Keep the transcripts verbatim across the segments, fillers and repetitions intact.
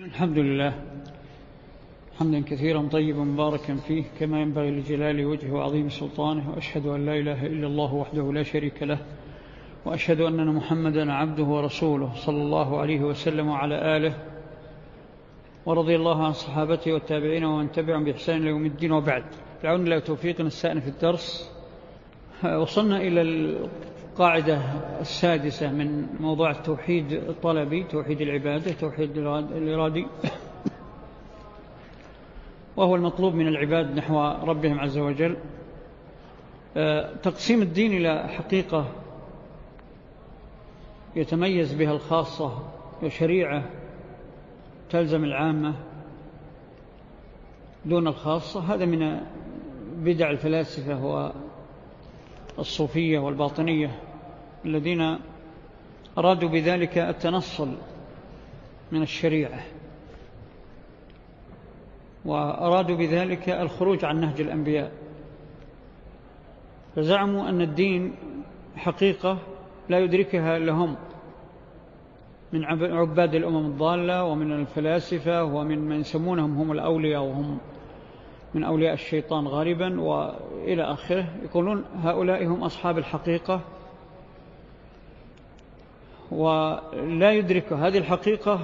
الحمد لله حمدا كثيرا طيبا مباركا فيه كما ينبغي لجلال وجهه وعظيم سلطانه، وأشهد أن لا إله إلا الله وحده لا شريك له، وأشهد أن محمدا عبده ورسوله صلى الله عليه وسلم وعلى آله، ورضي الله عن صحابته والتابعين ومن تبعهم بإحسان إلى يوم الدين. وبعد، بالعون الله وتوفيق نستأنف في الدرس. وصلنا إلى القاعدة السادسة من موضوع التوحيد الطلبي، توحيد العبادة، توحيد الإرادي، وهو المطلوب من العباد نحو ربهم عز وجل. تقسيم الدين إلى حقيقة يتميز بها الخاصة وشريعة تلزم العامة دون الخاصة، هذا من بدع الفلاسفة والصوفية والباطنية الذين أرادوا بذلك التنصل من الشريعة، وأرادوا بذلك الخروج عن نهج الأنبياء، فزعموا أن الدين حقيقة لا يدركها لهم من عباد الأمم الضالة ومن الفلاسفة ومن من يسمونهم هم الأولياء وهم من أولياء الشيطان غالبا وإلى آخره. يقولون هؤلاء هم أصحاب الحقيقة، ولا يدرك هذه الحقيقة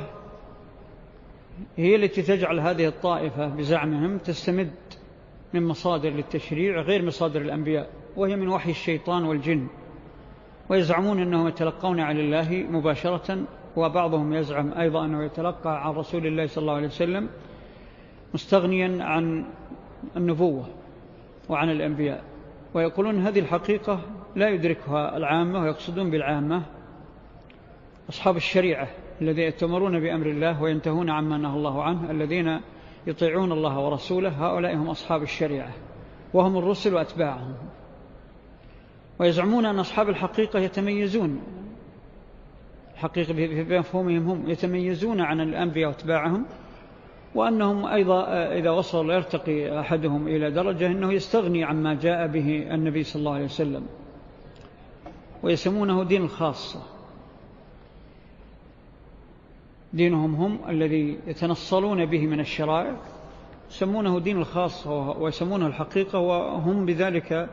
هي التي تجعل هذه الطائفة بزعمهم تستمد من مصادر للتشريع غير مصادر الأنبياء، وهي من وحي الشيطان والجن، ويزعمون أنهم يتلقون عن الله مباشرة، وبعضهم يزعم أيضا أنه يتلقى عن رسول الله صلى الله عليه وسلم مستغنيا عن النبوة وعن الأنبياء. ويقولون هذه الحقيقة لا يدركها العامة، ويقصدون بالعامة أصحاب الشريعة الذين يأتمرون بأمر الله وينتهون عما نهى الله عنه، الذين يطيعون الله ورسوله، هؤلاء هم أصحاب الشريعة وهم الرسل وأتباعهم. ويزعمون أن أصحاب الحقيقة يتميزون الحقيقة بمفهومهم، هم يتميزون عن الأنبياء واتباعهم، وأنهم أيضا إذا وصل يرتقي أحدهم إلى درجة أنه يستغني عما جاء به النبي صلى الله عليه وسلم، ويسمونه دين الخاصة. دينهم هم الذي يتنصلون به من الشرائع يسمونه دين الخاصة ويسمونه الحقيقة، وهم بذلك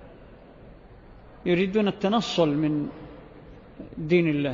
يريدون التنصل من دين الله.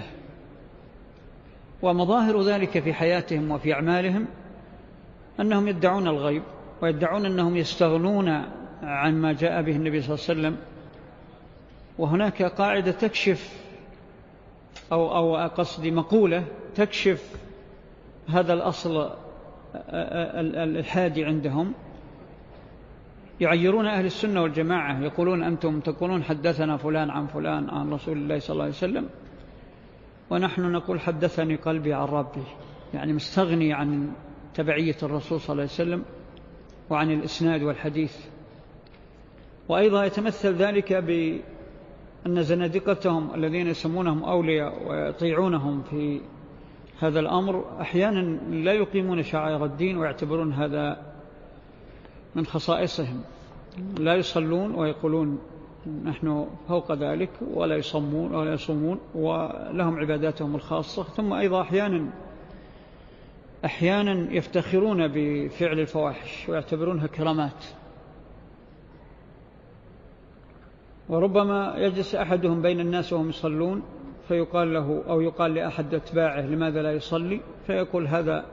ومظاهر ذلك في حياتهم وفي أعمالهم أنهم يدعون الغيب، ويدعون أنهم يستغنون عن ما جاء به النبي صلى الله عليه وسلم. وهناك قاعدة تكشف أو, أو قصدي مقولة تكشف هذا الأصل الحادي عندهم. يعيرون أهل السنة والجماعة، يقولون أنتم تقولون حدثنا فلان عن فلان عن رسول الله صلى الله عليه وسلم، ونحن نقول حدثني قلبي عن ربي، يعني مستغني عن تبعية الرسول صلى الله عليه وسلم وعن الإسناد والحديث. وأيضا يتمثل ذلك بأن زنادقتهم الذين يسمونهم أولياء ويطيعونهم في هذا الأمر أحيانا لا يقيمون شعائر الدين، ويعتبرون هذا من خصائصهم، لا يصلون ويقولون نحن فوق ذلك، ولا يصمون ولا يصومون، ولهم عباداتهم الخاصة. ثم أيضا أحيانا أحيانا يفتخرون بفعل الفواحش ويعتبرونها كرامات. وربما يجلس أحدهم بين الناس وهم يصلون فيقال له أو يقال لأحد أتباعه لماذا لا يصلي، فيقول هذا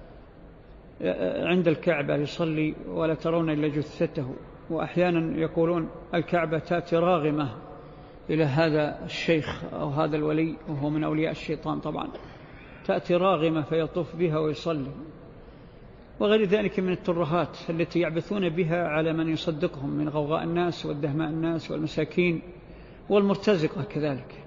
عند الكعبة يصلي ولا ترون إلا جثته. وأحيانا يقولون الكعبة تأتي راغمة إلى هذا الشيخ أو هذا الولي، وهو من أولياء الشيطان طبعا، تأتي راغمة فيطوف بها ويصلي، وغير ذلك من الترهات التي يعبثون بها على من يصدقهم من غوغاء الناس والدهماء الناس والمساكين والمرتزقة كذلك.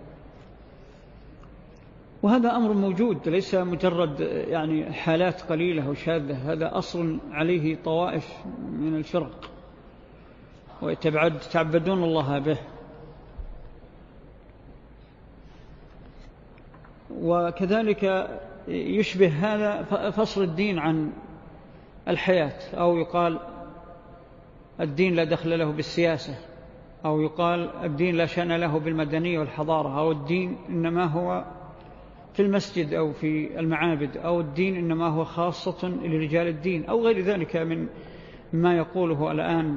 وهذا أمر موجود، ليس مجرد يعني حالات قليلة وشاذة، هذا أصل عليه طوائف من الفرق ويتعبدون الله به. وكذلك يشبه هذا فصل الدين عن الحياة، أو يقال الدين لا دخل له بالسياسة، أو يقال الدين لا شأن له بالمدنية والحضارة، أو الدين إنما هو في المسجد أو في المعابد أو الدين إنما هو خاصة لرجال الدين أو غير ذلك من ما يقوله الآن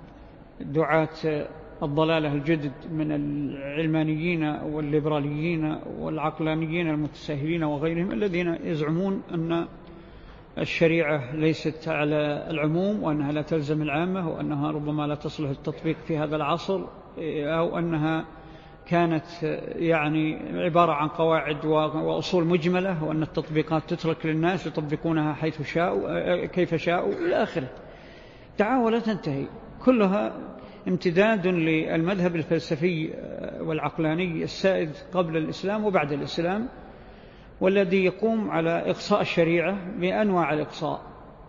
دعاة الضلالة الجدد من العلمانيين والليبراليين والعقلانيين المتساهلين وغيرهم الذين يزعمون أن الشريعة ليست على العموم وأنها لا تلزم العامة وأنها ربما لا تصلح التطبيق في هذا العصر أو أنها كانت يعني عبارة عن قواعد وأصول مجملة وأن التطبيقات تترك للناس يطبقونها حيث شاءوا كيف شاءوا إلى آخره. دعاوى لا تنتهي كلها امتداد للمذهب الفلسفي والعقلاني السائد قبل الإسلام وبعد الإسلام والذي يقوم على إقصاء الشريعة بأنواع الإقصاء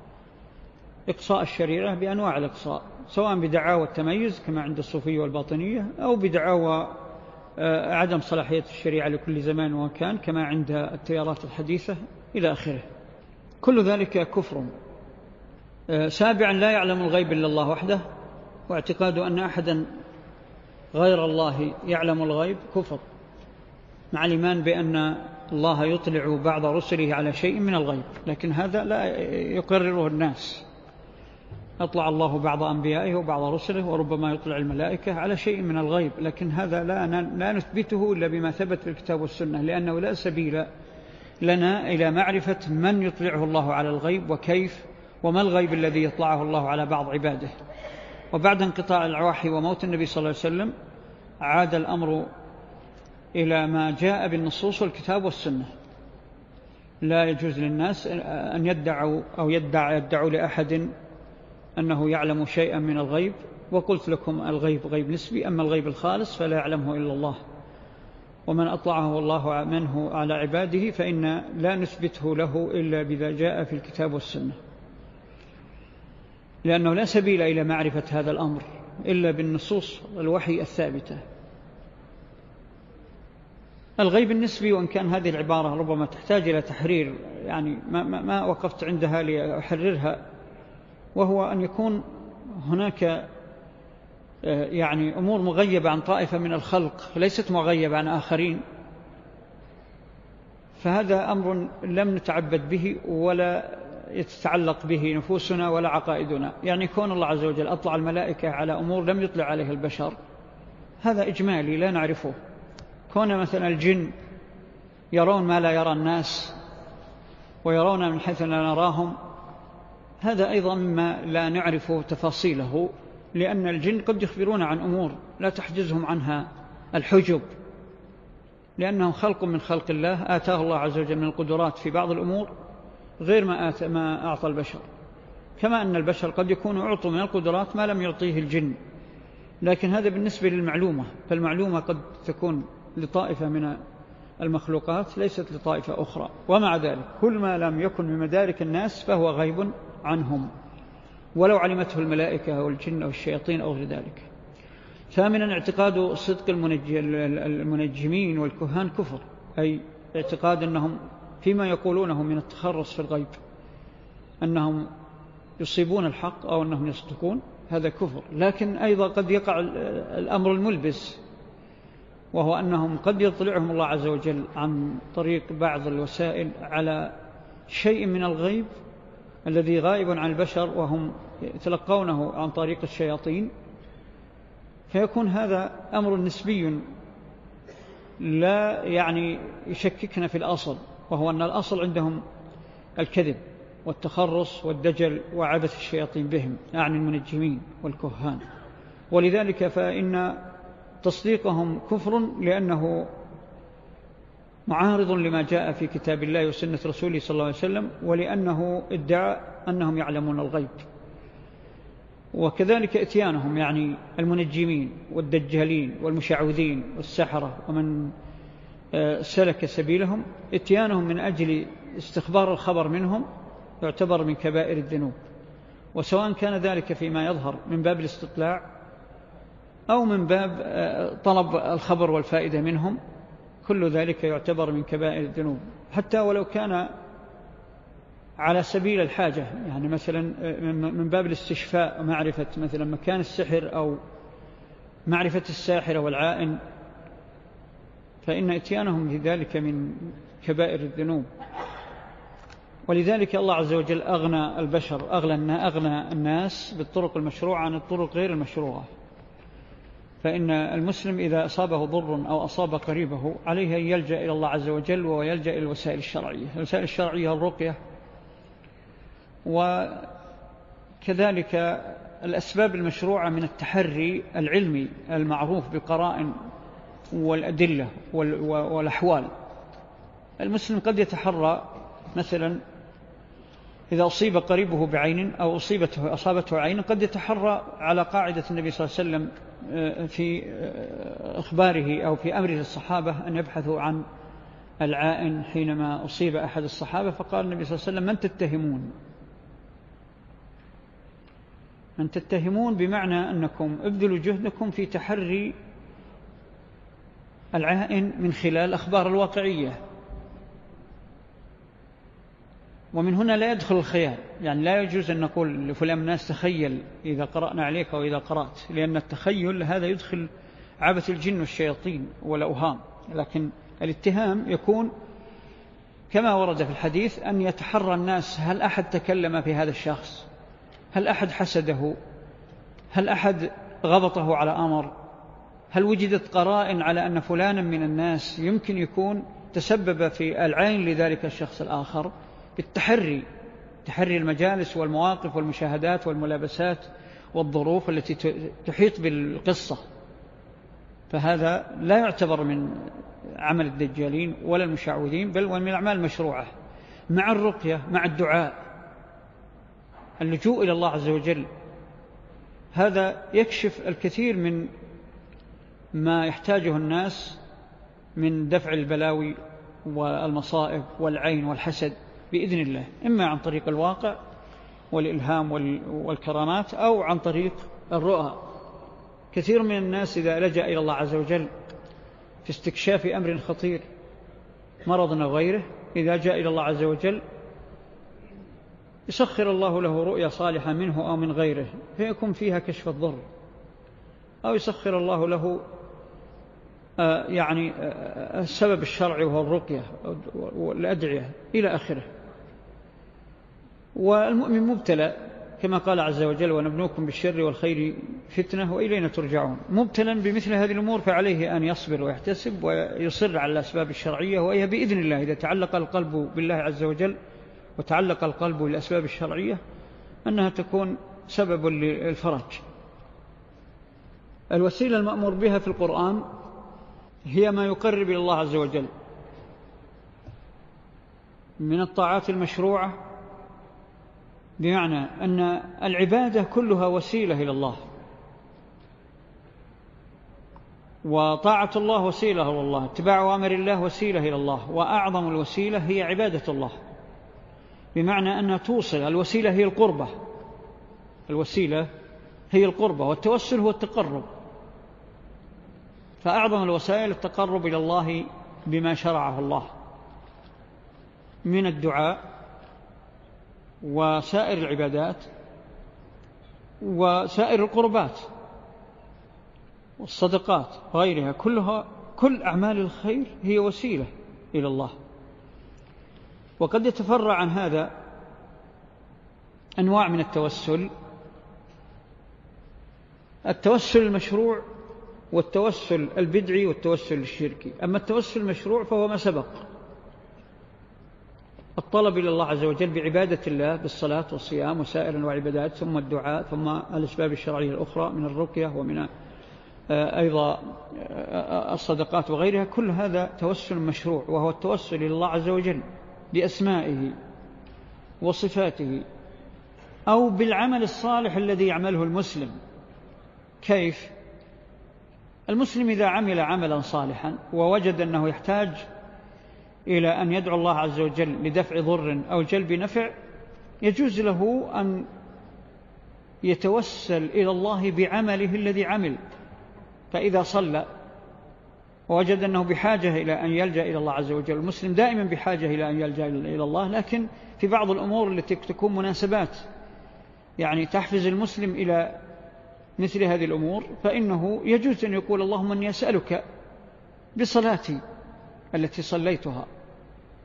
إقصاء الشريعة بأنواع الإقصاء سواء بدعاوى التميز كما عند الصوفية والباطنية أو بدعاوى عدم صلاحية الشريعة لكل زمان ومكان كما عند التيارات الحديثة إلى آخره. كل ذلك كفر. سابعا لا يعلم الغيب إلا الله وحده، واعتقاد أن أحدا غير الله يعلم الغيب كفر، مع الإيمان بأن الله يطلع بعض رسله على شيء من الغيب، لكن هذا لا يقرره الناس. أطلع الله بعض أنبيائه وبعض رسله وربما يطلع الملائكة على شيء من الغيب، لكن هذا لا, لا نثبته إلا بما ثبت في الكتاب والسنة، لأنه لا سبيل لنا إلى معرفة من يطلعه الله على الغيب وكيف وما الغيب الذي يطلعه الله على بعض عباده. وبعد انقطاع الوحي وموت النبي صلى الله عليه وسلم عاد الأمر إلى ما جاء بالنصوص والكتاب والسنة. لا يجوز للناس أن يدعوا أو يدع يدعوا لأحد أنه يعلم شيئا من الغيب، وقلت لكم الغيب غيب نسبي، أما الغيب الخالص فلا يعلمه إلا الله، ومن أطلعه الله منه على عباده فإن لا نثبته له إلا بذا جاء في الكتاب والسنة، لأنه لا سبيل إلى معرفة هذا الأمر إلا بالنصوص الوحي الثابتة. الغيب النسبي، وإن كان هذه العبارة ربما تحتاج إلى تحرير، يعني ما, ما, ما وقفت عندها لأحررها، وهو أن يكون هناك يعني أمور مغيبة عن طائفة من الخلق ليست مغيبة عن آخرين، فهذا أمر لم نتعبد به ولا يتعلق به نفوسنا ولا عقائدنا. يعني كون الله عز وجل أطلع الملائكة على أمور لم يطلع عليها البشر، هذا إجمالي لا نعرفه. كون مثلا الجن يرون ما لا يرى الناس ويرون من حيث لا نراهم، هذا أيضا مما لا نعرف تفاصيله، لأن الجن قد يخبرون عن أمور لا تحجزهم عنها الحجب، لأنهم خلق من خلق الله آتاه الله عز وجل من القدرات في بعض الأمور غير ما, آت ما أعطى البشر، كما أن البشر قد يكونوا أعطوا من القدرات ما لم يعطيه الجن، لكن هذا بالنسبة للمعلومة، فالمعلومة قد تكون لطائفة من المخلوقات ليست لطائفة أخرى. ومع ذلك كل ما لم يكن من مدارك الناس فهو غيب عنهم ولو علمته الملائكة أو الجن أو الشياطين أو غير ذلك. ثامنا اعتقاد صدق المنجمين والكهان كفر، أي اعتقاد أنهم فيما يقولونه من التخرص في الغيب أنهم يصيبون الحق أو أنهم يصدقون، هذا كفر. لكن أيضا قد يقع الأمر الملبس، وهو أنهم قد يطلعهم الله عز وجل عن طريق بعض الوسائل على شيء من الغيب الذي غائب عن البشر وهم يتلقونه عن طريق الشياطين، فيكون هذا أمر نسبي لا يعني يشككنا في الأصل، وهو أن الأصل عندهم الكذب والتخرص والدجل وعبث الشياطين بهم، يعني المنجمين والكهان. ولذلك فإن تصديقهم كفر، لأنه معارض لما جاء في كتاب الله وسنة رسوله صلى الله عليه وسلم، ولأنه ادعى أنهم يعلمون الغيب. وكذلك اتيانهم، يعني المنجمين والدجالين والمشعوذين والسحرة ومن سلك سبيلهم، اتيانهم من أجل استخبار الخبر منهم يعتبر من كبائر الذنوب، وسواء كان ذلك فيما يظهر من باب الاستطلاع أو من باب طلب الخبر والفائدة منهم، كل ذلك يعتبر من كبائر الذنوب، حتى ولو كان على سبيل الحاجة، يعني مثلا من باب الاستشفاء ومعرفة مثلا مكان السحر أو معرفة الساحر والعائن، فإن اتيانهم بذلك من كبائر الذنوب. ولذلك الله عز وجل أغنى البشر أغنى, أغنى الناس بالطرق المشروعة عن الطرق غير المشروعة. فإن المسلم إذا أصابه ضر أو أصاب قريبه عليه أن يلجأ إلى الله عز وجل ويلجأ إلى الوسائل الشرعية. الوسائل الشرعية الرقية، وكذلك الأسباب المشروعة من التحري العلمي المعروف بالقرائن والأدلة والأحوال. المسلم قد يتحرى مثلا إذا أصيب قريبه بعين أو أصيبته أصابته عين، قد يتحرى على قاعدة النبي صلى الله عليه وسلم في إخباره أو في أمره الصحابة أن يبحثوا عن العائن حينما أصيب أحد الصحابة، فقال النبي صلى الله عليه وسلم: من تتهمون؟ من تتهمون بمعنى أنكم ابذلوا جهدكم في تحري العائن من خلال أخبار الواقعية. ومن هنا لا يدخل الخيال، يعني لا يجوز أن نقول لفلان الناس تخيل إذا قرأنا عليك أو إذا قرأت، لأن التخيل هذا يدخل عبث الجن والشياطين والأوهام. لكن الاتهام يكون كما ورد في الحديث أن يتحرى الناس: هل أحد تكلم في هذا الشخص؟ هل أحد حسده؟ هل أحد غبطه على أمر؟ هل وجدت قرائن على أن فلانا من الناس يمكن يكون تسبب في العين لذلك الشخص الآخر؟ بالتحري، تحري المجالس والمواقف والمشاهدات والملابسات والظروف التي تحيط بالقصة. فهذا لا يعتبر من عمل الدجالين ولا المشعوذين، بل ومن الأعمال المشروعة مع الرقية، مع الدعاء، اللجوء إلى الله عز وجل. هذا يكشف الكثير من ما يحتاجه الناس من دفع البلاوي والمصائب والعين والحسد بإذن الله، إما عن طريق الواقع والإلهام والكرامات أو عن طريق الرؤى. كثير من الناس إذا لجأ إلى الله عز وجل في استكشاف أمر خطير، مرض أو غيره، إذا جاء إلى الله عز وجل يسخر الله له رؤيا صالحة منه أو من غيره فيكون فيها كشف الضر، أو يسخر الله له آه يعني آه السبب الشرعي وهو الرقية والأدعية إلى آخره. والمؤمن مبتلى كما قال عز وجل: ونبلوكم بالشر والخير فتنة وإلينا ترجعون. مبتلا بمثل هذه الأمور فعليه أن يصبر ويحتسب ويصر على الأسباب الشرعية، وهي بإذن الله إذا تعلق القلب بالله عز وجل وتعلق القلب بالأسباب الشرعية أنها تكون سبب للفرج. الوسيلة المأمور بها في القرآن هي ما يقرب إلى الله عز وجل من الطاعات المشروعة، بمعنى أن العبادة كلها وسيلة إلى الله، وطاعة الله وسيلة إلى الله، اتباع أوامر الله وسيلة إلى الله، وأعظم الوسيلة هي عبادة الله، بمعنى أنها توصل. الوسيلة هي القربة، الوسيلة هي القربة، والتوسل هو التقرب. فأعظم الوسائل التقرب إلى الله بما شرعه الله من الدعاء وسائر العبادات وسائر القربات والصدقات وغيرها، كلها كل أعمال الخير هي وسيلة إلى الله. وقد يتفرع عن هذا أنواع من التوسل: التوسل المشروع والتوسل البدعي والتوسل الشركي. أما التوسل المشروع فهو ما سبق: الطلب إلى الله عز وجل بعبادة الله بالصلاة والصيام وسائر أنواع العبادات، ثم الدعاء، ثم الأسباب الشرعية الأخرى من الرقية ومن أيضا الصدقات وغيرها. كل هذا توسل مشروع، وهو التوسل إلى الله عز وجل بأسمائه وصفاته أو بالعمل الصالح الذي يعمله المسلم. كيف؟ المسلم إذا عمل عملا صالحا ووجد أنه يحتاج إلى أن يدعو الله عز وجل لدفع ضر أو جلب نفع، يجوز له أن يتوسل إلى الله بعمله الذي عمل. فإذا صلى ووجد أنه بحاجة إلى أن يلجأ إلى الله عز وجل، المسلم دائما بحاجة إلى أن يلجأ إلى الله، لكن في بعض الأمور التي تكون مناسبات يعني تحفز المسلم إلى مثل هذه الأمور، فإنه يجوز أن يقول: اللهم أني أسألك بصلاتي التي صليتها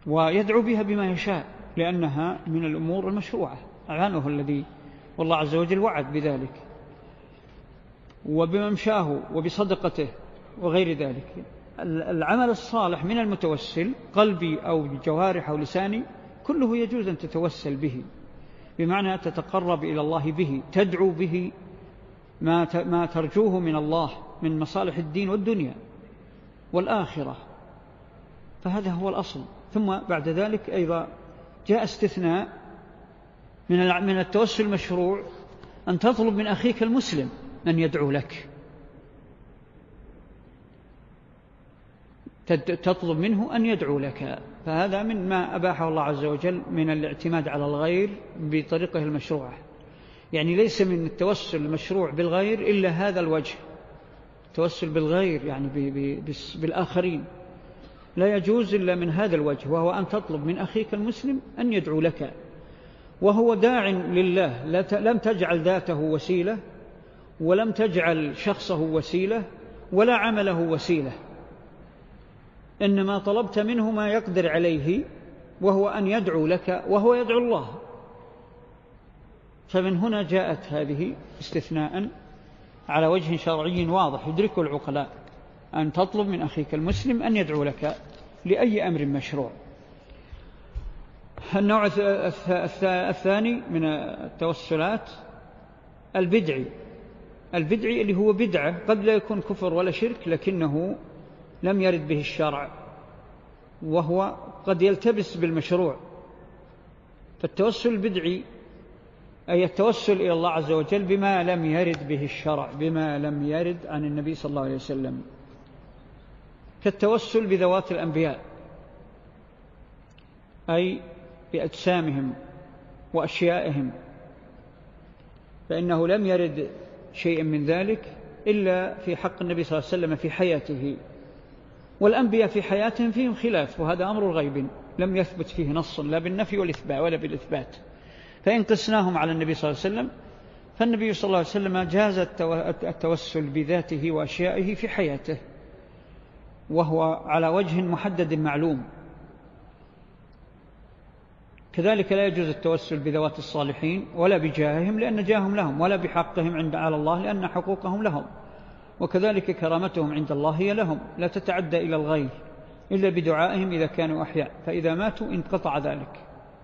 ويدعو بها بما يشاء، لأنها من الأمور المشروعة، أعانه الذي والله عز وجل وعد بذلك، وبممشاه وبصدقته وغير ذلك. العمل الصالح من المتوسل قلبي أو جوارح أو لساني كله يجوز أن تتوسل به، بمعنى تتقرب إلى الله به، تدعو به ما ترجوه من الله من مصالح الدين والدنيا والآخرة، فهذا هو الأصل. ثم بعد ذلك أيضا جاء استثناء من التوسل المشروع، أن تطلب من أخيك المسلم أن يدعو لك، تطلب منه أن يدعو لك، فهذا من ما أباحه الله عز وجل من الاعتماد على الغير بطريقه المشروعة. يعني ليس من التوسل المشروع بالغير إلا هذا الوجه، التوسل بالغير يعني بالآخرين لا يجوز إلا من هذا الوجه، وهو أن تطلب من أخيك المسلم أن يدعو لك وهو داع لله، لم تجعل ذاته وسيلة ولم تجعل شخصه وسيلة ولا عمله وسيلة، إنما طلبت منه ما يقدر عليه وهو أن يدعو لك وهو يدعو الله. فمن هنا جاءت هذه استثناء على وجه شرعي واضح يدركه العقلاء، أن تطلب من أخيك المسلم أن يدعو لك لأي أمر مشروع. النوع الثاني من التوسلات البدعي، البدعي اللي هو بدعة قد لا يكون كفر ولا شرك لكنه لم يرد به الشرع، وهو قد يلتبس بالمشروع. فالتوسل البدعي أي التوسل إلى الله عز وجل بما لم يرد به الشرع، بما لم يرد عن النبي صلى الله عليه وسلم، كالتوسل بذوات الأنبياء أي بأجسامهم وأشيائهم، فإنه لم يرد شيء من ذلك إلا في حق النبي صلى الله عليه وسلم في حياته، والأنبياء في حياتهم فيهم خلاف، وهذا أمر غيب لم يثبت فيه نص لا بالنفي والإثبات ولا بالإثبات. فإن قسناهم على النبي صلى الله عليه وسلم فالنبي صلى الله عليه وسلم جاز التوسل بذاته وأشيائه في حياته، وهو على وجه محدد معلوم. كذلك لا يجوز التوسل بذوات الصالحين ولا بجاههم لأن جاههم لهم، ولا بحقهم عند على الله لأن حقوقهم لهم، وكذلك كرامتهم عند الله هي لهم، لا تتعدى إلى الغير إلا بدعائهم إذا كانوا أحياء، فإذا ماتوا انقطع ذلك.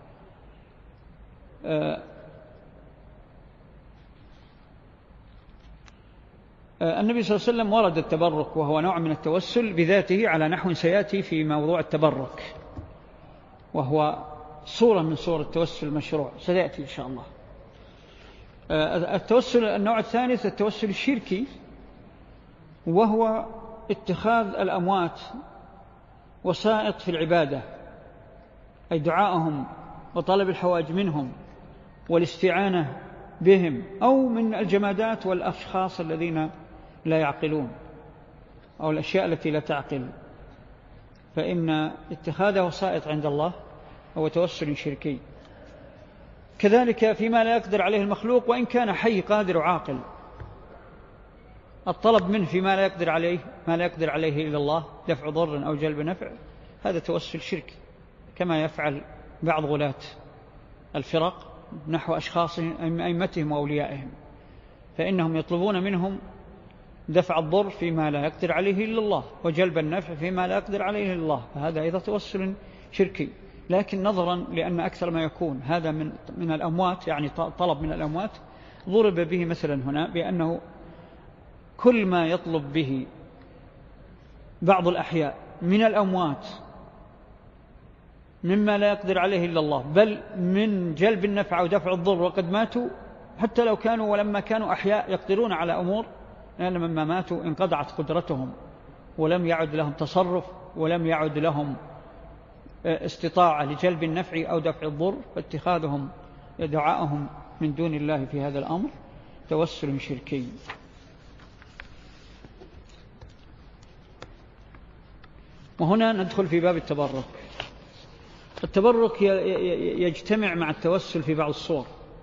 آه آه النبي صلى الله عليه وسلم ورد التبرك، وهو نوع من التوسل بذاته على نحو سيأتي في موضوع التبرك، وهو صورة من صور التوسل المشروع سيأتي إن شاء الله. آه التوسل النوع الثالث التوسل الشركي، وهو اتخاذ الأموات وسائط في العبادة، أي دعائهم وطلب الحوائج منهم والاستعانة بهم، أو من الجمادات والأشخاص الذين لا يعقلون أو الأشياء التي لا تعقل، فإن اتخاذه وسائط عند الله هو توسل شركي. كذلك فيما لا يقدر عليه المخلوق وإن كان حي قادر وعاقل، الطلب منه فيما لا يقدر عليه ما لا يقدر عليه إلا الله، دفع ضر أو جلب نفع، هذا توسل شركي، كما يفعل بعض غلاة الفرق نحو أشخاصهم أئمتهم وأوليائهم، فإنهم يطلبون منهم دفع الضر فيما لا يقدر عليه إلا الله وجلب النفع فيما لا يقدر عليه إلا الله، فهذا أيضا توسل شركي. لكن نظرا لأن أكثر ما يكون هذا من من الأموات، يعني طلب من الأموات، ضرب به مثلا هنا بأنه كل ما يطلب به بعض الأحياء من الأموات مما لا يقدر عليه إلا الله، بل من جلب النفع ودفع الضر وقد ماتوا، حتى لو كانوا ولما كانوا أحياء يقدرون على أمور، لأن لما ماتوا انقطعت قدرتهم ولم يعد لهم تصرف ولم يعد لهم استطاعة لجلب النفع أو دفع الضر، فاتخاذهم دعائهم من دون الله في هذا الأمر توسل شركي. وهنا ندخل في باب التبرك. التبرك يجتمع مع التوسل في بعض الصور.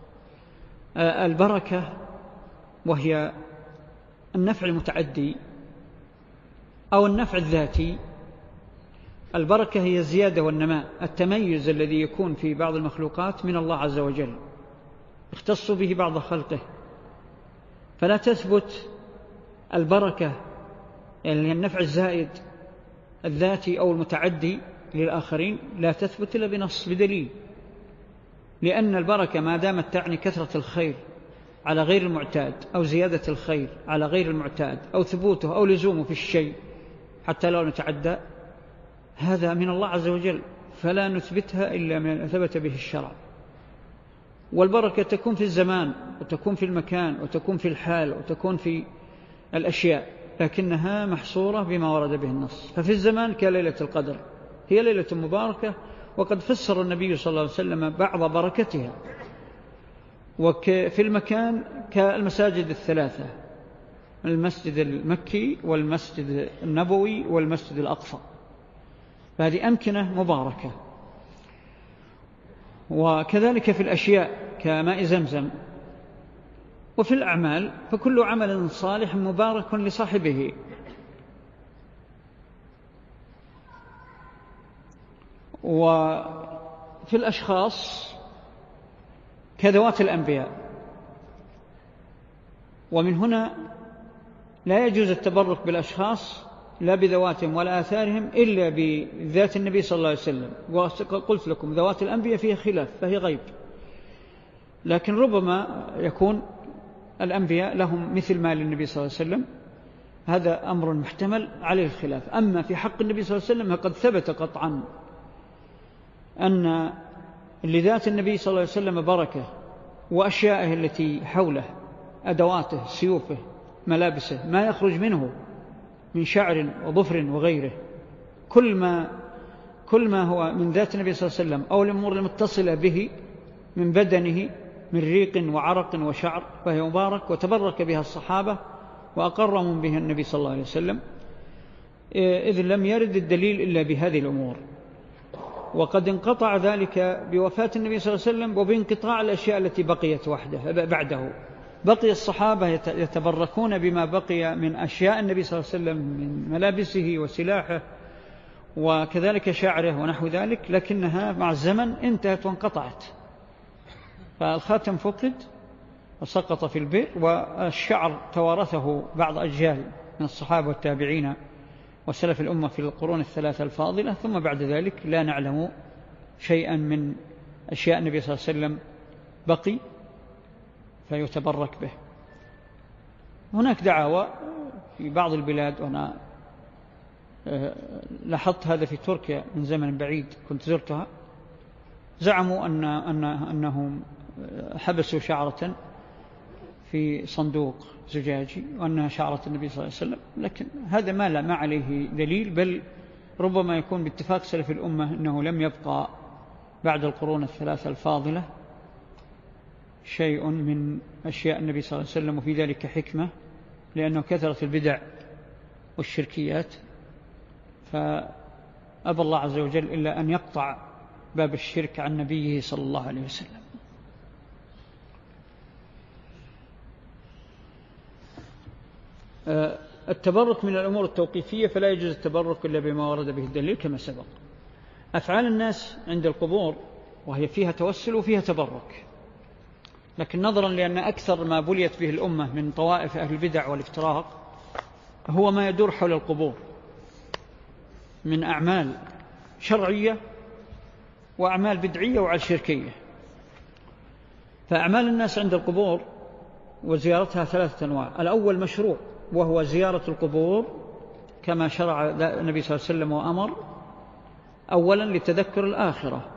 البركة وهي النفع المتعدي أو النفع الذاتي البركة هي الزيادة والنماء، التميز الذي يكون في بعض المخلوقات من الله عز وجل اختص به بعض خلقه، فلا تثبت البركة يعني النفع الزائد الذاتي أو المتعدي للآخرين لا تثبت إلا بنص بدليل، لأن البركة ما دامت تعني كثرة الخير على غير المعتاد أو زيادة الخير على غير المعتاد أو ثبوته أو لزومه في الشيء حتى لو نتعدى، هذا من الله عز وجل، فلا نثبتها إلا من ثبت به الشرع. والبركة تكون في الزمان وتكون في المكان وتكون في الحال وتكون في الأشياء، لكنها محصورة بما ورد به النص. ففي الزمان كليلة القدر هي ليلة مباركة، وقد فسر النبي صلى الله عليه وسلم بعض بركتها. وفي المكان كالمساجد الثلاثة، المسجد المكي والمسجد النبوي والمسجد الأقصى، فهذه أمكنة مباركة. وكذلك في الأشياء كماء زمزم. وفي الأعمال فكل عمل صالح مبارك لصاحبه. وفي الأشخاص كذوات الأنبياء. ومن هنا لا يجوز التبرك بالأشخاص لا بذواتهم ولا آثارهم إلا بذات النبي صلى الله عليه وسلم. وقلت لكم ذوات الأنبياء فيها خلاف فهي غيب، لكن ربما يكون الأنبياء لهم مثل ما للنبي صلى الله عليه وسلم، هذا أمر محتمل عليه الخلاف. أما في حق النبي صلى الله عليه وسلم فقد ثبت قطعا أن لذات النبي صلى الله عليه وسلم بركة، وأشيائه التي حوله أدواته سيوفه ملابسه ما يخرج منه من شعر وظفر وغيره، كل ما, كل ما هو من ذات النبي صلى الله عليه وسلم أو الأمور المتصلة به من بدنه من ريق وعرق وشعر فهي مبارك، وتبرك بها الصحابة وأقرهم بها النبي صلى الله عليه وسلم، إذ لم يرد الدليل إلا بهذه الأمور. وقد انقطع ذلك بوفاة النبي صلى الله عليه وسلم وبانقطاع الأشياء التي بقيت وحده بعده. بقي الصحابة يتبركون بما بقي من أشياء النبي صلى الله عليه وسلم من ملابسه وسلاحه وكذلك شعره ونحو ذلك، لكنها مع الزمن انتهت وانقطعت، فالخاتم فقد وسقط في البئر، والشعر توارثه بعض أجيال من الصحابة والتابعين وسلف الأمة في القرون الثلاثة الفاضلة، ثم بعد ذلك لا نعلم شيئا من أشياء النبي صلى الله عليه وسلم بقي فيتبرك به. هناك دعاوى في بعض البلاد، وأنا لاحظت هذا في تركيا من زمن بعيد كنت زرتها، زعموا أن أن أنهم حبسوا شعرة في صندوق زجاجي وأنها شعرة النبي صلى الله عليه وسلم، لكن هذا ما لا ما عليه دليل، بل ربما يكون باتفاق سلف الأمة أنه لم يبقى بعد القرون الثلاثة الفاضلة شيء من أشياء النبي صلى الله عليه وسلم، وفي ذلك حكمة لأنه كثرة البدع والشركيات، فأبى الله عز وجل إلا أن يقطع باب الشرك عن نبيه صلى الله عليه وسلم. التبرك من الأمور التوقيفية، فلا يجوز التبرك إلا بما ورد به الدليل كما سبق. أفعال الناس عند القبور وهي فيها توسل وفيها تبرك، لكن نظرا لأن أكثر ما بليت به الأمة من طوائف أهل البدع والافتراق هو ما يدور حول القبور من أعمال شرعية وأعمال بدعية وعلى شركية. فأعمال الناس عند القبور وزيارتها ثلاثة أنواع. الأول مشروع، وهو زيارة القبور كما شرع النبي صلى الله عليه وسلم وأمر، أولا لتذكر الآخرة،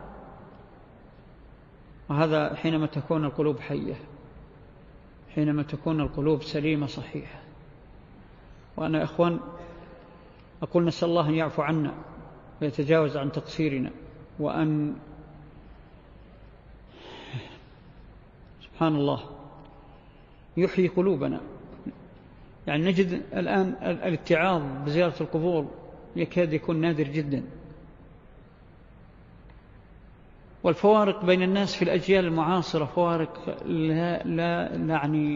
وهذا حينما تكون القلوب حية، حينما تكون القلوب سليمة صحيحة. وأنا إخوان أقول نسأل الله أن يعفو عنا ويتجاوز عن تقصيرنا، وأن سبحان الله يحيي قلوبنا. يعني نجد الآن الاتعاظ بزيارة القبور يكاد يكون نادر جدا، والفوارق بين الناس في الأجيال المعاصرة فوارق لا, لا يعني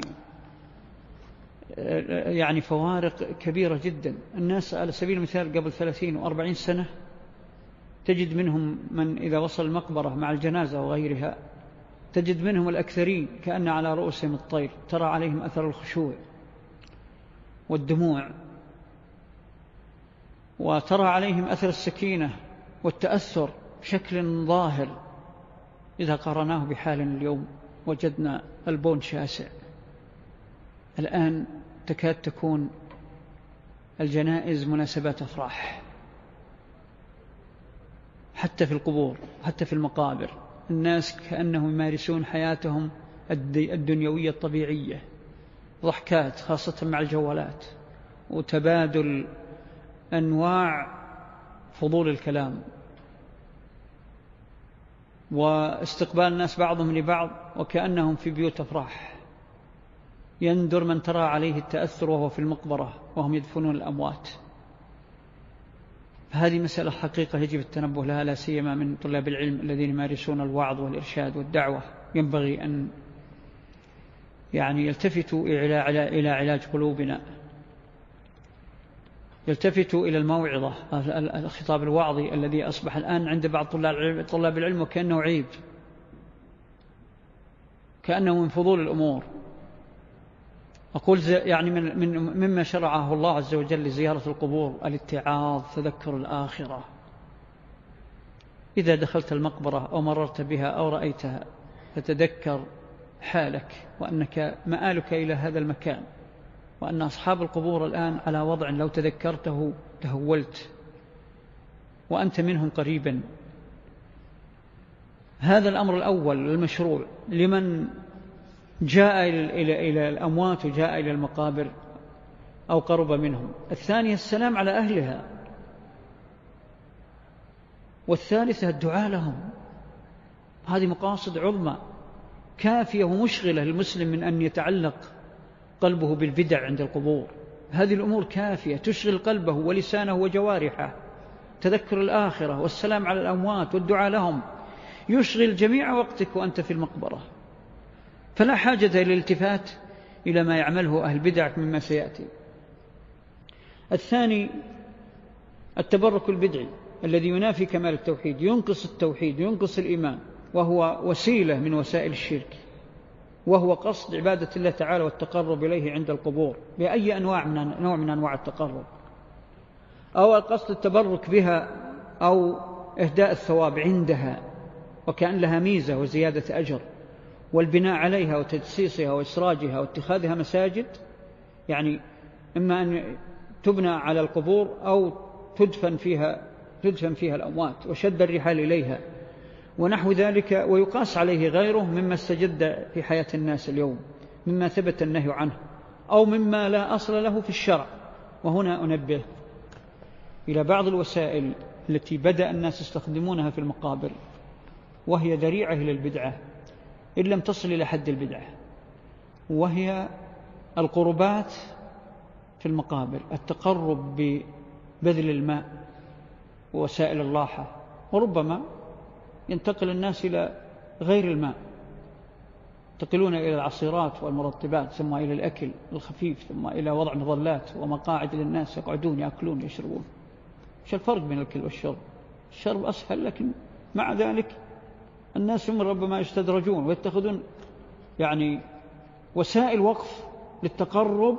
يعني فوارق كبيرة جدا. الناس على سبيل المثال قبل ثلاثين وأربعين سنة تجد منهم من إذا وصل المقبرة مع الجنازة وغيرها تجد منهم الأكثرين كأن على رؤوسهم الطير، ترى عليهم أثر الخشوع والدموع، وترى عليهم أثر السكينة والتأثر بشكل ظاهر. إذا قارناه بحال اليوم وجدنا البون شاسع. الآن تكاد تكون الجنائز مناسبات أفراح، حتى في القبور، حتى في المقابر، الناس كأنهم يمارسون حياتهم الدنيوية الطبيعية، ضحكات خاصة مع الجوالات، وتبادل أنواع فضول الكلام، واستقبال الناس بعضهم لبعض وكأنهم في بيوت أفراح. يندر من ترى عليه التأثر وهو في المقبرة وهم يدفنون الأموات. هذه مسألة حقيقة يجب التنبه لها، لا سيما من طلاب العلم الذين يمارسون الوعظ والإرشاد والدعوة. ينبغي أن يعني يلتفتوا إلى علاج قلوبنا، يلتفتوا إلى الموعظة، الخطاب الوعظي الذي أصبح الآن عند بعض طلاب العلم وكأنه عيب، كأنه من فضول الأمور. أقول يعني من من مما شرعه الله عز وجل لزيارة القبور الاتعاظ، تذكر الآخرة. إذا دخلت المقبرة أو مررت بها أو رأيتها فتذكر حالك وأنك مآلك إلى هذا المكان، وأن أصحاب القبور الآن على وضع لو تذكرته تهولت وأنت منهم قريبا. هذا الأمر الأول المشروع لمن جاء إلى إلى الأموات وجاء إلى المقابر أو قرب منهم. الثانية السلام على أهلها، والثالثة الدعاء لهم. هذه مقاصد عظمى كافية ومشغلة للمسلم من أن يتعلق قلبه بالبدع عند القبور. هذه الأمور كافية تشغل قلبه ولسانه وجوارحه. تذكر الآخرة والسلام على الأموات والدعاء لهم يشغل جميع وقتك وأنت في المقبرة، فلا حاجة إلى الالتفات إلى ما يعمله أهل بدع مما سيأتي. الثاني التبرك البدعي الذي ينافي كمال التوحيد، ينقص التوحيد، ينقص الإيمان، وهو وسيلة من وسائل الشرك، وهو قصد عبادة الله تعالى والتقرب إليه عند القبور بأي أنواع من نوع من أنواع التقرب، أو قصد التبرك بها أو إهداء الثواب عندها وكأن لها ميزة وزيادة أجر، والبناء عليها وتجسيسها وإسراجها واتخاذها مساجد، يعني إما أن تبنى على القبور أو تدفن فيها تدفن فيها الأموات وشد الرحال إليها ونحو ذلك. ويقاس عليه غيره مما استجد في حياة الناس اليوم، مما ثبت النهي عنه أو مما لا أصل له في الشرع. وهنا أنبه إلى بعض الوسائل التي بدأ الناس يستخدمونها في المقابر، وهي ذريعة إلى البدعة إن لم تصل إلى حد البدعة، وهي القربات في المقابر، التقرب ببذل الماء ووسائل الراحة، وربما ينتقل الناس إلى غير الماء، ينتقلون إلى العصيرات والمرطبات، ثم إلى الأكل الخفيف، ثم إلى وضع مظلات ومقاعد للناس يقعدون يأكلون يشربون. ايش الفرق بين الأكل والشرب؟ الشرب أسهل، لكن مع ذلك الناس هم ربما يستدرجون ويتخذون يعني وسائل وقف للتقرب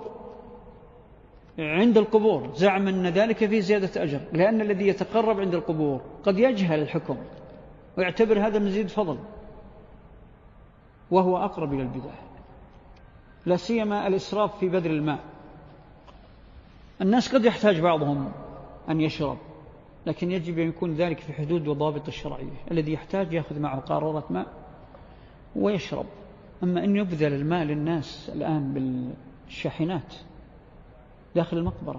عند القبور، زعما أن ذلك فيه زيادة أجر، لأن الذي يتقرب عند القبور قد يجهل الحكم ويعتبر هذا مزيد فضل، وهو أقرب إلى البدع، لا سيما الإسراف في بذل الماء. الناس قد يحتاج بعضهم أن يشرب، لكن يجب أن يكون ذلك في حدود وضابط الشرعية. الذي يحتاج يأخذ معه قارورة ماء ويشرب. أما أن يبذل الماء للناس الآن بالشاحنات داخل المقبرة.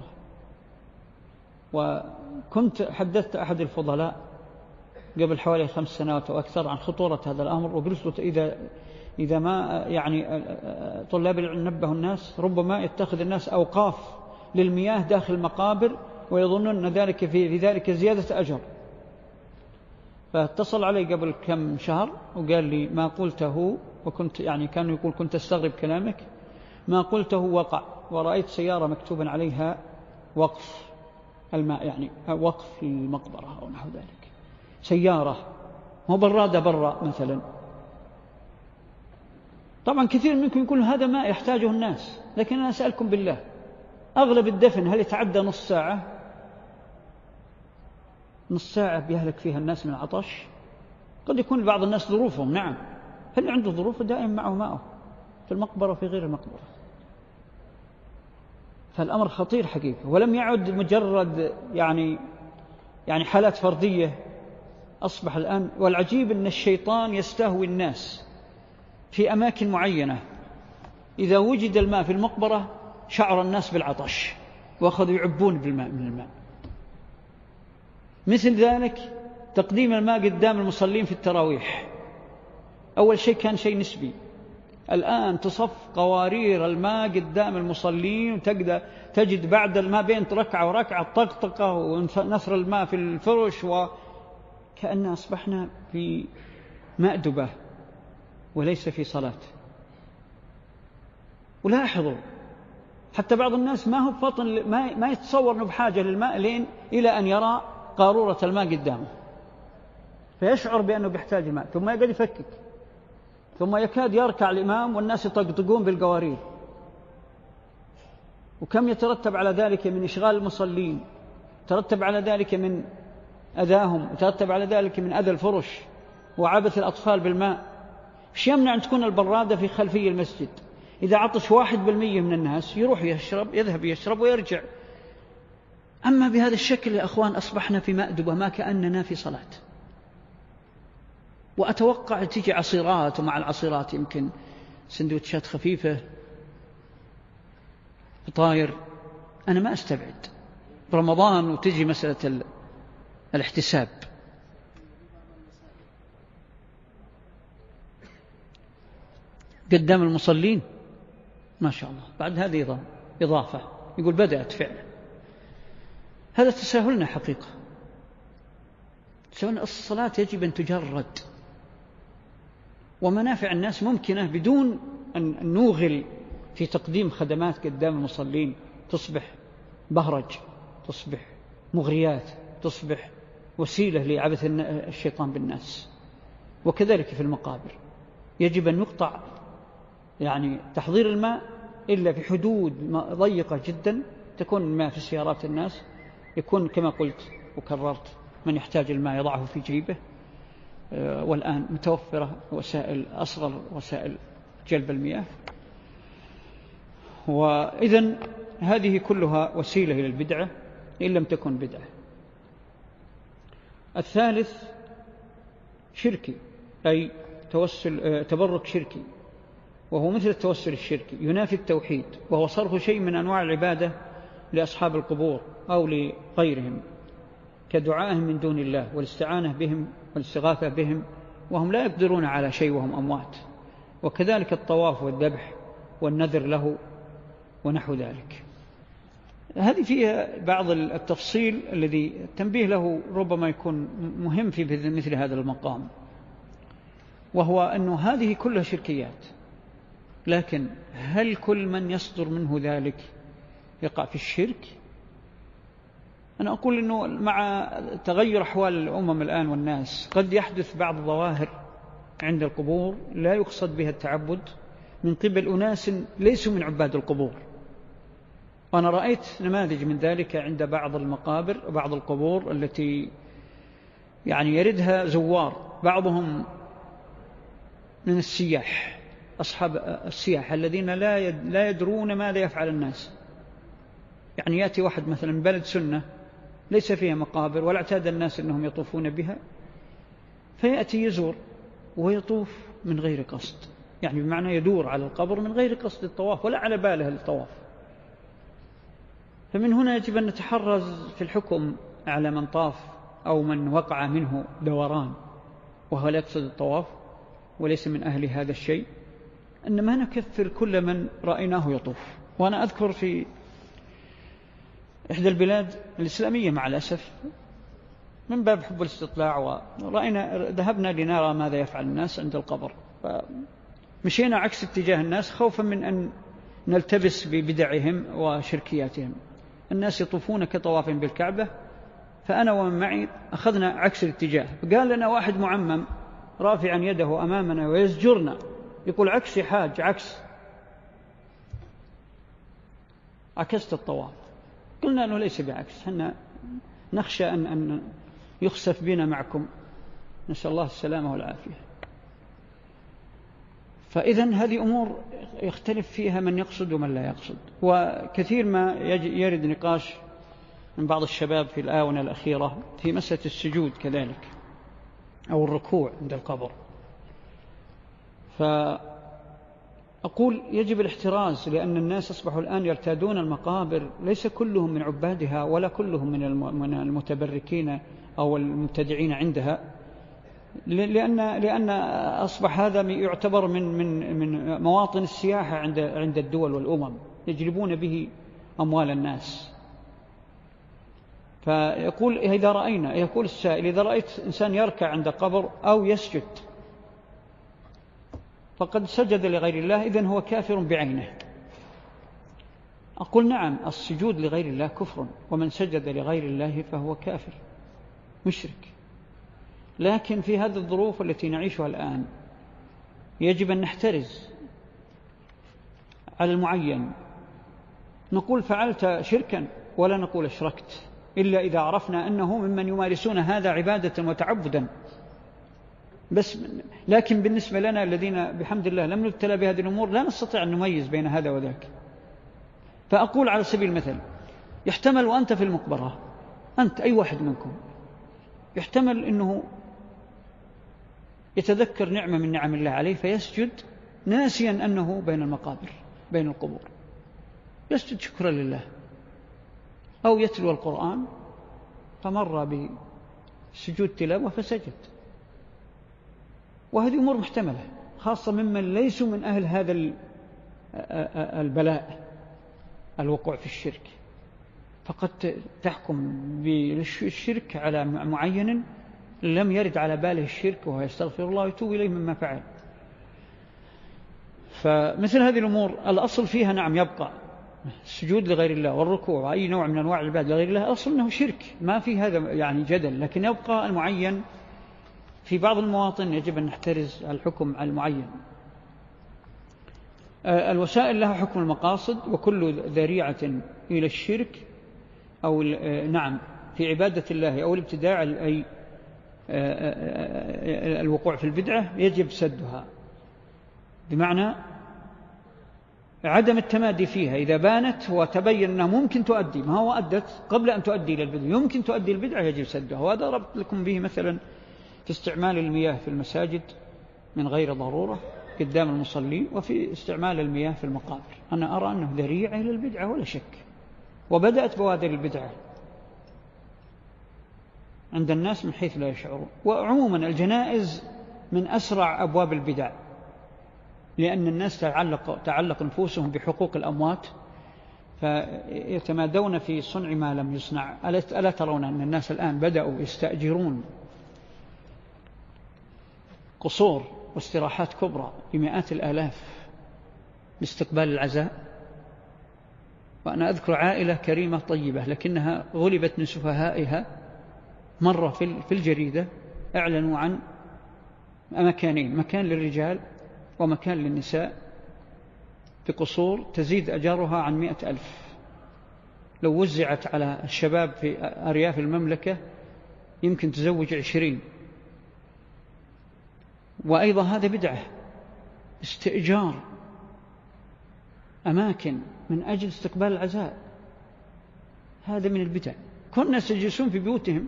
وكنت حدثت أحد الفضلاء قبل حوالي خمس سنوات وأكثر عن خطورة هذا الأمر، وقلت له إذا إذا ما يعني طلاب العلم نبهوا الناس، ربما يتخذ الناس أوقاف للمياه داخل المقابر ويظنون أن ذلك في ذلك زيادة أجر. فاتصل علي قبل كم شهر وقال لي ما قلته، وكنت يعني كان يقول كنت أستغرب كلامك، ما قلته وقع، ورأيت سيارة مكتوبا عليها وقف الماء، يعني وقف المقبرة أو نحو ذلك. سيارة، مو برادة برا مثلا. طبعا كثير منكم يقول هذا ما يحتاجه الناس، لكن أنا أسألكم بالله، أغلب الدفن هل يتعدى نص ساعة؟ نص ساعة بيهلك فيها الناس من عطش؟ قد يكون لبعض الناس ظروفهم، نعم، هل عنده ظروف دائما معه ماءه في المقبرة وفي غير المقبرة. فالأمر خطير حقيقة، ولم يعد مجرد يعني يعني حالات فردية، أصبح الآن. والعجيب أن الشيطان يستهوي الناس في أماكن معينة، إذا وجد الماء في المقبرة شعر الناس بالعطش وأخذوا يعبون بالماء من الماء. مثل ذلك تقديم الماء قدام المصلين في التراويح، أول شيء كان شيء نسبي، الآن تصف قوارير الماء قدام المصلين، وتجد تجد بعد الماء بين ركعة وركعة طقطقة ونثر الماء في الفرش، وكأن أصبحنا في مأدبة وليس في صلاة. ولاحظوا حتى بعض الناس ما هو فطن، ما ما يتصور انه بحاجة للماء لين إلى أن يرى قارورة الماء قدامه فيشعر بأنه بيحتاج الماء، ثم يقعد يفكك، ثم يكاد يركع الإمام والناس يطقطقون بالقوارير. وكم يترتب على ذلك من إشغال المصلين، ترتب على ذلك من أذاهم، وترتب على ذلك من أذى الفرش وعبث الأطفال بالماء. ايش يمنع أن تكون البرادة في خلفي المسجد؟ إذا عطش واحد بالمية من الناس يروح يشرب، يذهب يشرب ويرجع. أما بهذا الشكل يا أخوان أصبحنا في مأدبة ما كأننا في صلاة. وأتوقع تيجي عصيرات، ومع العصيرات يمكن سندوتشات خفيفة، فطاير. أنا ما أستبعد برمضان وتجي مسألة الاحتساب. قدام المصلين ما شاء الله، بعد هذه إضافة يقول بدأت فعلا. هذا تساهلنا حقيقة. تساهلنا. الصلاة يجب أن تجرد، ومنافع الناس ممكنة بدون أن نوغل في تقديم خدمات قدام المصلين، تصبح بهرج، تصبح مغريات، تصبح وسيلة لعبث الشيطان بالناس. وكذلك في المقابر يجب أن يقطع يعني تحضير الماء إلا في حدود ضيقة جدا، تكون الماء في سيارات الناس، يكون كما قلت وكررت من يحتاج الماء يضعه في جيبه. والآن متوفرة وسائل أصغر، وسائل جلب المياه. وإذن هذه كلها وسيلة إلى البدعة إن لم تكن بدعة. الثالث شركي، أي توسل تبرك شركي، وهو مثل التوسل الشركي، ينافي التوحيد، وهو صرف شيء من أنواع العبادة لأصحاب القبور أو لغيرهم، كدعائهم من دون الله والاستعانة بهم والاستغاثة بهم وهم لا يقدرون على شيء وهم أموات. وكذلك الطواف والذبح والنذر له ونحو ذلك. هذه فيها بعض التفصيل الذي التنبيه له ربما يكون مهم في مثل هذا المقام، وهو أنه هذه كلها شركيات، لكن هل كل من يصدر منه ذلك يقع في الشرك؟ أنا أقول أنه مع تغير أحوال الأمم الآن والناس قد يحدث بعض الظواهر عند القبور لا يقصد بها التعبد من قبل أناس ليسوا من عباد القبور. وأنا رأيت نماذج من ذلك عند بعض المقابر وبعض القبور التي يعني يردها زوار، بعضهم من السياح، أصحاب السياح الذين لا لا يدرون ماذا يفعل الناس. يعني يأتي واحد مثلا بلد سنة ليس فيها مقابر ولا اعتاد الناس أنهم يطوفون بها، فيأتي يزور ويطوف من غير قصد، يعني بمعنى يدور على القبر من غير قصد الطواف ولا على باله الطواف. فمن هنا يجب أن نتحرز في الحكم على من طاف أو من وقع منه دوران وهو لا يقصد الطواف وليس من أهل هذا الشيء، أن ما نكفر كل من رأيناه يطوف. وأنا أذكر في إحدى البلاد الإسلامية مع الأسف من باب حب الاستطلاع، ورأينا ذهبنا لنرى ماذا يفعل الناس عند القبر، فمشينا عكس اتجاه الناس خوفا من أن نلتبس ببدعهم وشركياتهم. الناس يطوفون كطواف بالكعبة فأنا ومن معي أخذنا عكس الاتجاه، فقال لنا واحد معمم رافعا يده أمامنا ويزجرنا يقول عكس يا حاج، عكس. عكست الطواف. قلنا أنه ليس بعكس، حنا نخشى أن, أن يخسف بنا معكم، نسأل الله السلامة والعافية. فإذن هذه أمور يختلف فيها من يقصد ومن لا يقصد. وكثير ما يرد نقاش من بعض الشباب في الآونة الأخيرة في مسألة السجود كذلك أو الركوع عند القبر. فأقول يجب الاحتراز، لأن الناس أصبحوا الآن يرتادون المقابر، ليس كلهم من عبادها ولا كلهم من المتبركين أو المبتدعين عندها، لأن لأن أصبح هذا يعتبر من من من مواطن السياحة عند عند الدول والأمم، يجلبون به أموال الناس. فيقول إذا رأينا، يقول السائل إذا رأيت إنسان يركع عند قبر أو يسجد فقد سجد لغير الله، إذن هو كافر بعينه. أقول نعم، السجود لغير الله كفر، ومن سجد لغير الله فهو كافر مشرك. لكن في هذه الظروف التي نعيشها الآن يجب أن نحترز على المعين، نقول فعلت شركا ولا نقول أشركت، إلا إذا عرفنا أنه ممن يمارسون هذا عبادة وتعبدا بس. لكن بالنسبة لنا الذين بحمد الله لم نبتلى بهذه الأمور لا نستطيع أن نميز بين هذا وذاك. فأقول على سبيل المثل، يحتمل وأنت في المقبرة، أنت أي واحد منكم يحتمل أنه يتذكر نعمة من نعم الله عليه فيسجد ناسيا أنه بين المقابر بين القبور، يسجد شكرا لله، أو يتلو القرآن فمر بسجود تلاوة فسجد. وهذه أمور محتملة، خاصة ممن ليسوا من أهل هذا البلاء الوقوع في الشرك. فقد تحكم بالشرك على معين لم يرد على باله الشرك وهو يستغفر الله ويتوب إليه مما فعل. فمثل هذه الأمور الأصل فيها نعم يبقى السجود لغير الله والركوع وأي نوع من أنواع العبادة لغير الله، أصل أنه شرك، ما في هذا يعني جدل. لكن يبقى المعين في بعض المواطن يجب أن نحترز الحكم على المعين. الوسائل لها حكم المقاصد، وكل ذريعة إلى الشرك أو نعم في عبادة الله أو الابتداع أي الوقوع في البدعة يجب سدها، بمعنى عدم التمادي فيها. إذا بانت وتبين أنها ممكن تؤدي، ما هو أدت قبل أن تؤدي إلى البدعة، يمكن تؤدي البدعة يجب سدها. وهذا ربط لكم به مثلا في استعمال المياه في المساجد من غير ضرورة قدام المصلين، وفي استعمال المياه في المقابر. أنا أرى أنه ذريعة إلى البدعة ولا شك، وبدأت بوادر البدعة عند الناس من حيث لا يشعرون. وعموما الجنائز من أسرع أبواب البدع، لأن الناس تعلق, تعلق نفوسهم بحقوق الأموات فيتمادون في صنع ما لم يصنع. ألا ترون أن الناس الآن بدأوا يستأجرون قصور واستراحات كبرى بمئات الآلاف لاستقبال العزاء؟ وأنا أذكر عائلة كريمة طيبة لكنها غلبت من سفهائها، مرة في الجريدة أعلنوا عن مكانين، مكان للرجال ومكان للنساء في قصور تزيد أجارها عن مئة ألف، لو وزعت على الشباب في أرياف المملكة يمكن تزوج عشرين. وأيضا هذا بدعة، استئجار أماكن من أجل استقبال العزاء، هذا من البدع. كل الناس يجلسون في بيوتهم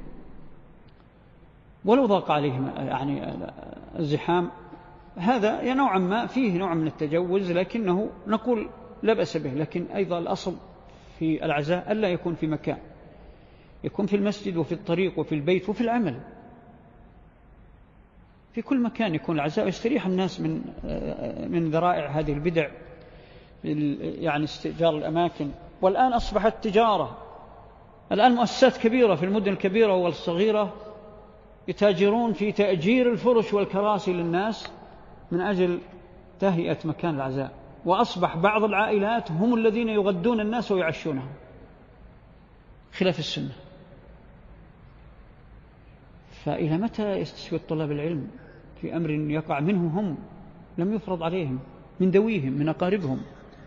ولو ضاق عليهم يعني الزحام، هذا نوعا ما فيه نوع من التجوز، لكنه نقول لا بأس به. لكن أيضا الأصل في العزاء ألا يكون في مكان، يكون في المسجد وفي الطريق وفي البيت وفي العمل، في كل مكان يكون العزاء ويستريح الناس من من ذرائع هذه البدع، يعني استئجار الأماكن. والآن أصبحت تجارة، الآن مؤسسات كبيرة في المدن الكبيرة والصغيرة يتاجرون في تأجير الفرش والكراسي للناس من أجل تهيئة مكان العزاء. وأصبح بعض العائلات هم الذين يغدون الناس ويعشونهم، خلاف السنة. فإلى متى يستسوي طلاب العلم في أمر يقع منه هم لم يفرض عليهم من ذويهم من أقاربهم؟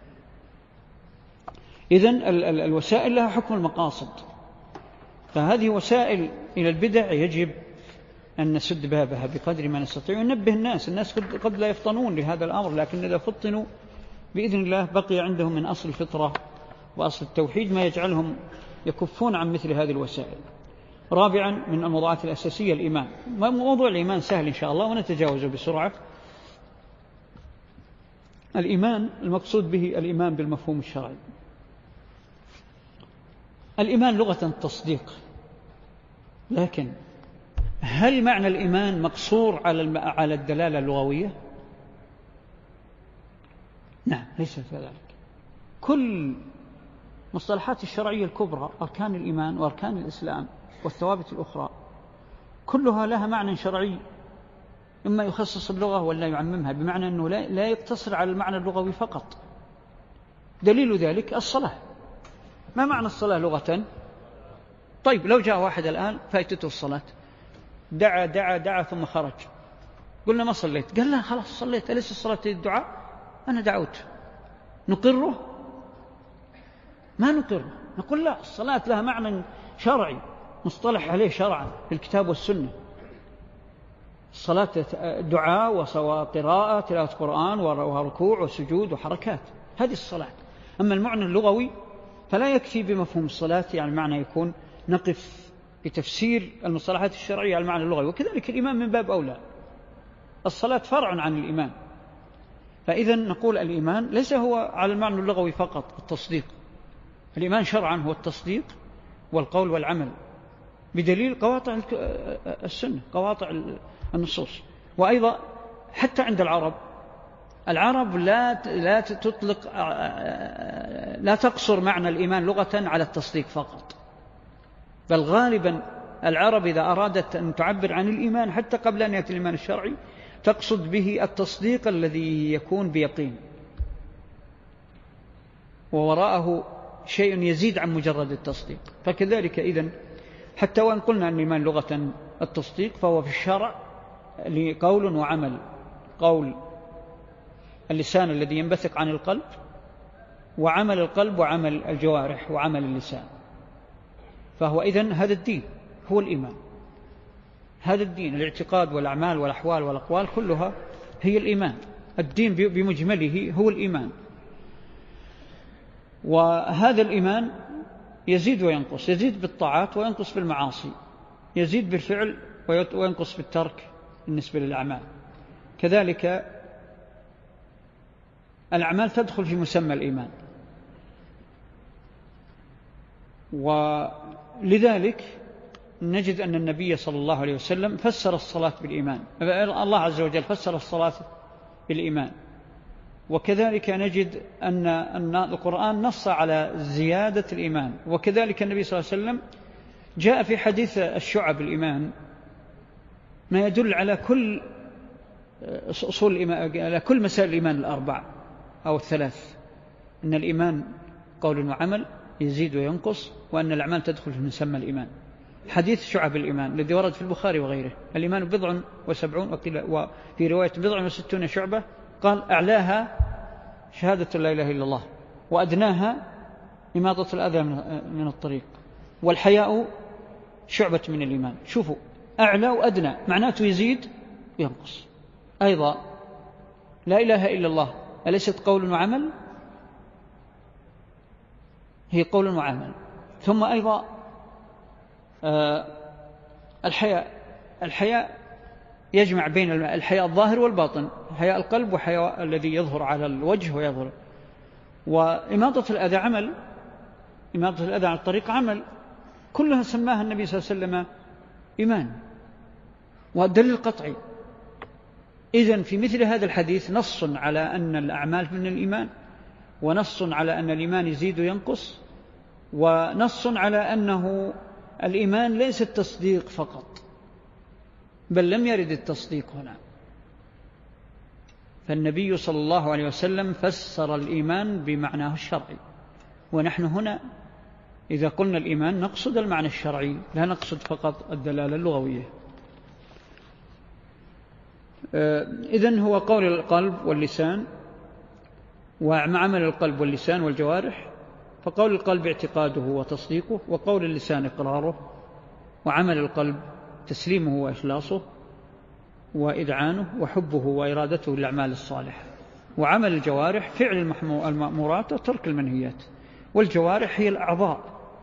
إذن الوسائل لها حكم المقاصد، فهذه وسائل إلى البدع يجب أن نسد بابها بقدر ما نستطيع وننبه الناس. الناس قد لا يفطنون لهذا الأمر، لكن إذا فطنوا بإذن الله بقي عندهم من أصل الفطرة وأصل التوحيد ما يجعلهم يكفون عن مثل هذه الوسائل. رابعا من الموضوعات الأساسية الإيمان. موضوع الإيمان سهل إن شاء الله ونتجاوزه بسرعة. الإيمان المقصود به الإيمان بالمفهوم الشرعي. الإيمان لغة التصديق، لكن هل معنى الإيمان مقصور على على الدلالة اللغوية؟ نعم، ليس كذلك. كل مصطلحات الشرعية الكبرى أركان الإيمان وأركان الإسلام والثوابت الأخرى كلها لها معنى شرعي، إما يخصص اللغة ولا يعممها، بمعنى أنه لا يقتصر على المعنى اللغوي فقط. دليل ذلك الصلاة. ما معنى الصلاة لغة؟ طيب لو جاء واحد الآن فايتته الصلاة، دعا دعا دعا ثم خرج، قلنا ما صليت، قال لا خلاص صليت، أليس الصلاة الدعاء؟ أنا دعوت. نقره؟ ما نقره، نقول لا، الصلاة لها معنى شرعي مصطلح عليه شرعا في الكتاب والسنة. الصلاة دعاء وقراءة تلاوة قرآن وركوع وسجود وحركات، هذه الصلاة. أما المعنى اللغوي فلا يكفي بمفهوم الصلاة، يعني معنى يكون نقف بتفسير المصطلحات الشرعية على المعنى اللغوي، وكذلك الإيمان من باب أولى. الصلاة فرع عن الإيمان، فإذا نقول الإيمان ليس هو على المعنى اللغوي فقط التصديق. الإيمان شرعا هو التصديق والقول والعمل بدليل قواطع السنة، قواطع النصوص. وأيضا حتى عند العرب، العرب لا لا تطلق لا تقصر معنى الإيمان لغة على التصديق فقط، بل غالبا العرب إذا أرادت أن تعبر عن الإيمان حتى قبل أن يأتي الإيمان الشرعي تقصد به التصديق الذي يكون بيقين ووراءه شيء يزيد عن مجرد التصديق. فكذلك إذن حتى وإن قلنا أن الإيمان لغة التصديق، فهو في الشرع لقول وعمل. قول اللسان الذي ينبثق عن القلب، وعمل القلب وعمل الجوارح وعمل اللسان. فهو إذن هذا الدين هو الإيمان، هذا الدين، الاعتقاد والأعمال والأحوال والأقوال كلها هي الإيمان. الدين بمجمله هو الإيمان. وهذا الإيمان يزيد وينقص، يزيد بالطاعات وينقص بالمعاصي، يزيد بالفعل وينقص بالترك بالنسبة للأعمال. كذلك الأعمال تدخل في مسمى الإيمان، ولذلك نجد أن النبي صلى الله عليه وسلم فسر الصلاة بالإيمان. الله عز وجل فسر الصلاة بالإيمان. وكذلك نجد أن القرآن نص على زيادة الإيمان. وكذلك النبي صلى الله عليه وسلم جاء في حديث الشعب الإيمان ما يدل على كل أصول الإيمان، على كل مسائل الإيمان الأربع أو الثلاث، أن الإيمان قول وعمل يزيد وينقص، وأن الأعمال تدخل في مسمى الإيمان. حديث شعب الإيمان الذي ورد في البخاري وغيره، الإيمان بضع وسبعون، وفي رواية بضع وستون شعبة، قال أعلاها شهادة لا إله إلا الله، وأدناها إماطة الأذى من الطريق، والحياء شعبة من الإيمان. شوفوا، أعلى وأدنى معناته يزيد وينقص. أيضا لا إله إلا الله أليست قول وعمل؟ هي قول وعمل. ثم أيضا آه الحياء الحياء يجمع بين الحياء الظاهر والباطن، حياء القلب وحياء الذي يظهر على الوجه ويظهر. وإماطة الأذى عمل، إماطة الأذى على الطريق عمل، كلها سماها النبي صلى الله عليه وسلم إيمان، والدليل قطعي. إذن في مثل هذا الحديث نص على أن الأعمال من الإيمان، ونص على أن الإيمان يزيد وينقص، ونص على أنه الإيمان ليس التصديق فقط، بل لم يرد التصديق هنا. فالنبي صلى الله عليه وسلم فسر الإيمان بمعناه الشرعي، ونحن هنا إذا قلنا الإيمان نقصد المعنى الشرعي، لا نقصد فقط الدلالة اللغوية. إذن هو قول القلب واللسان وعمل القلب واللسان والجوارح. فقول القلب اعتقاده وتصديقه، وقول اللسان إقراره، وعمل القلب تسليمه وإخلاصه وإذعانه وحبه وإرادته للأعمال الصالحة، وعمل الجوارح فعل المأمورات وترك المنهيات. والجوارح هي الأعضاء.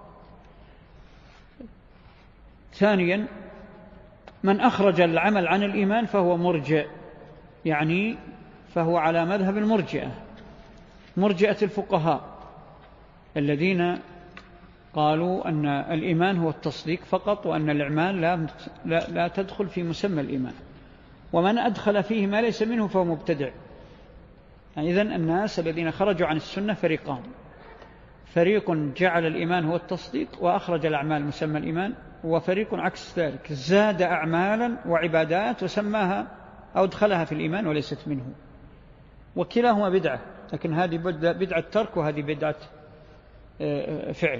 ثانيا، من أخرج العمل عن الإيمان فهو مرجئ، يعني فهو على مذهب المرجئة، مرجئة الفقهاء الذين قالوا أن الإيمان هو التصديق فقط، وأن الأعمال لا, لا, لا تدخل في مسمى الإيمان، ومن أدخل فيه ما ليس منه فهو مبتدع. يعني إذن الناس الذين خرجوا عن السنة فريقان: فريق جعل الإيمان هو التصديق وأخرج الأعمال مسمى الإيمان، وفريق عكس ذلك زاد أعمالا وعبادات وسماها أو ادخلها في الإيمان وليست منه. وكلاهما بدعة، لكن هذه بدعة ترك وهذه بدعة فعل.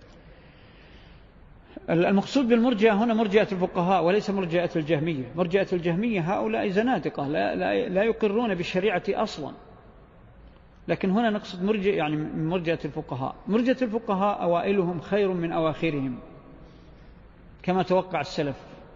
المقصود بالمرجئة هنا مرجئة الفقهاء وليس مرجئة الجهمية. مرجئة الجهمية هؤلاء زنادقة لا, لا, لا يقرون بالشريعة أصلا، لكن هنا نقصد مرجئ يعني مرجئة الفقهاء. مرجئة الفقهاء أوائلهم خير من أواخرهم كما توقع السلف.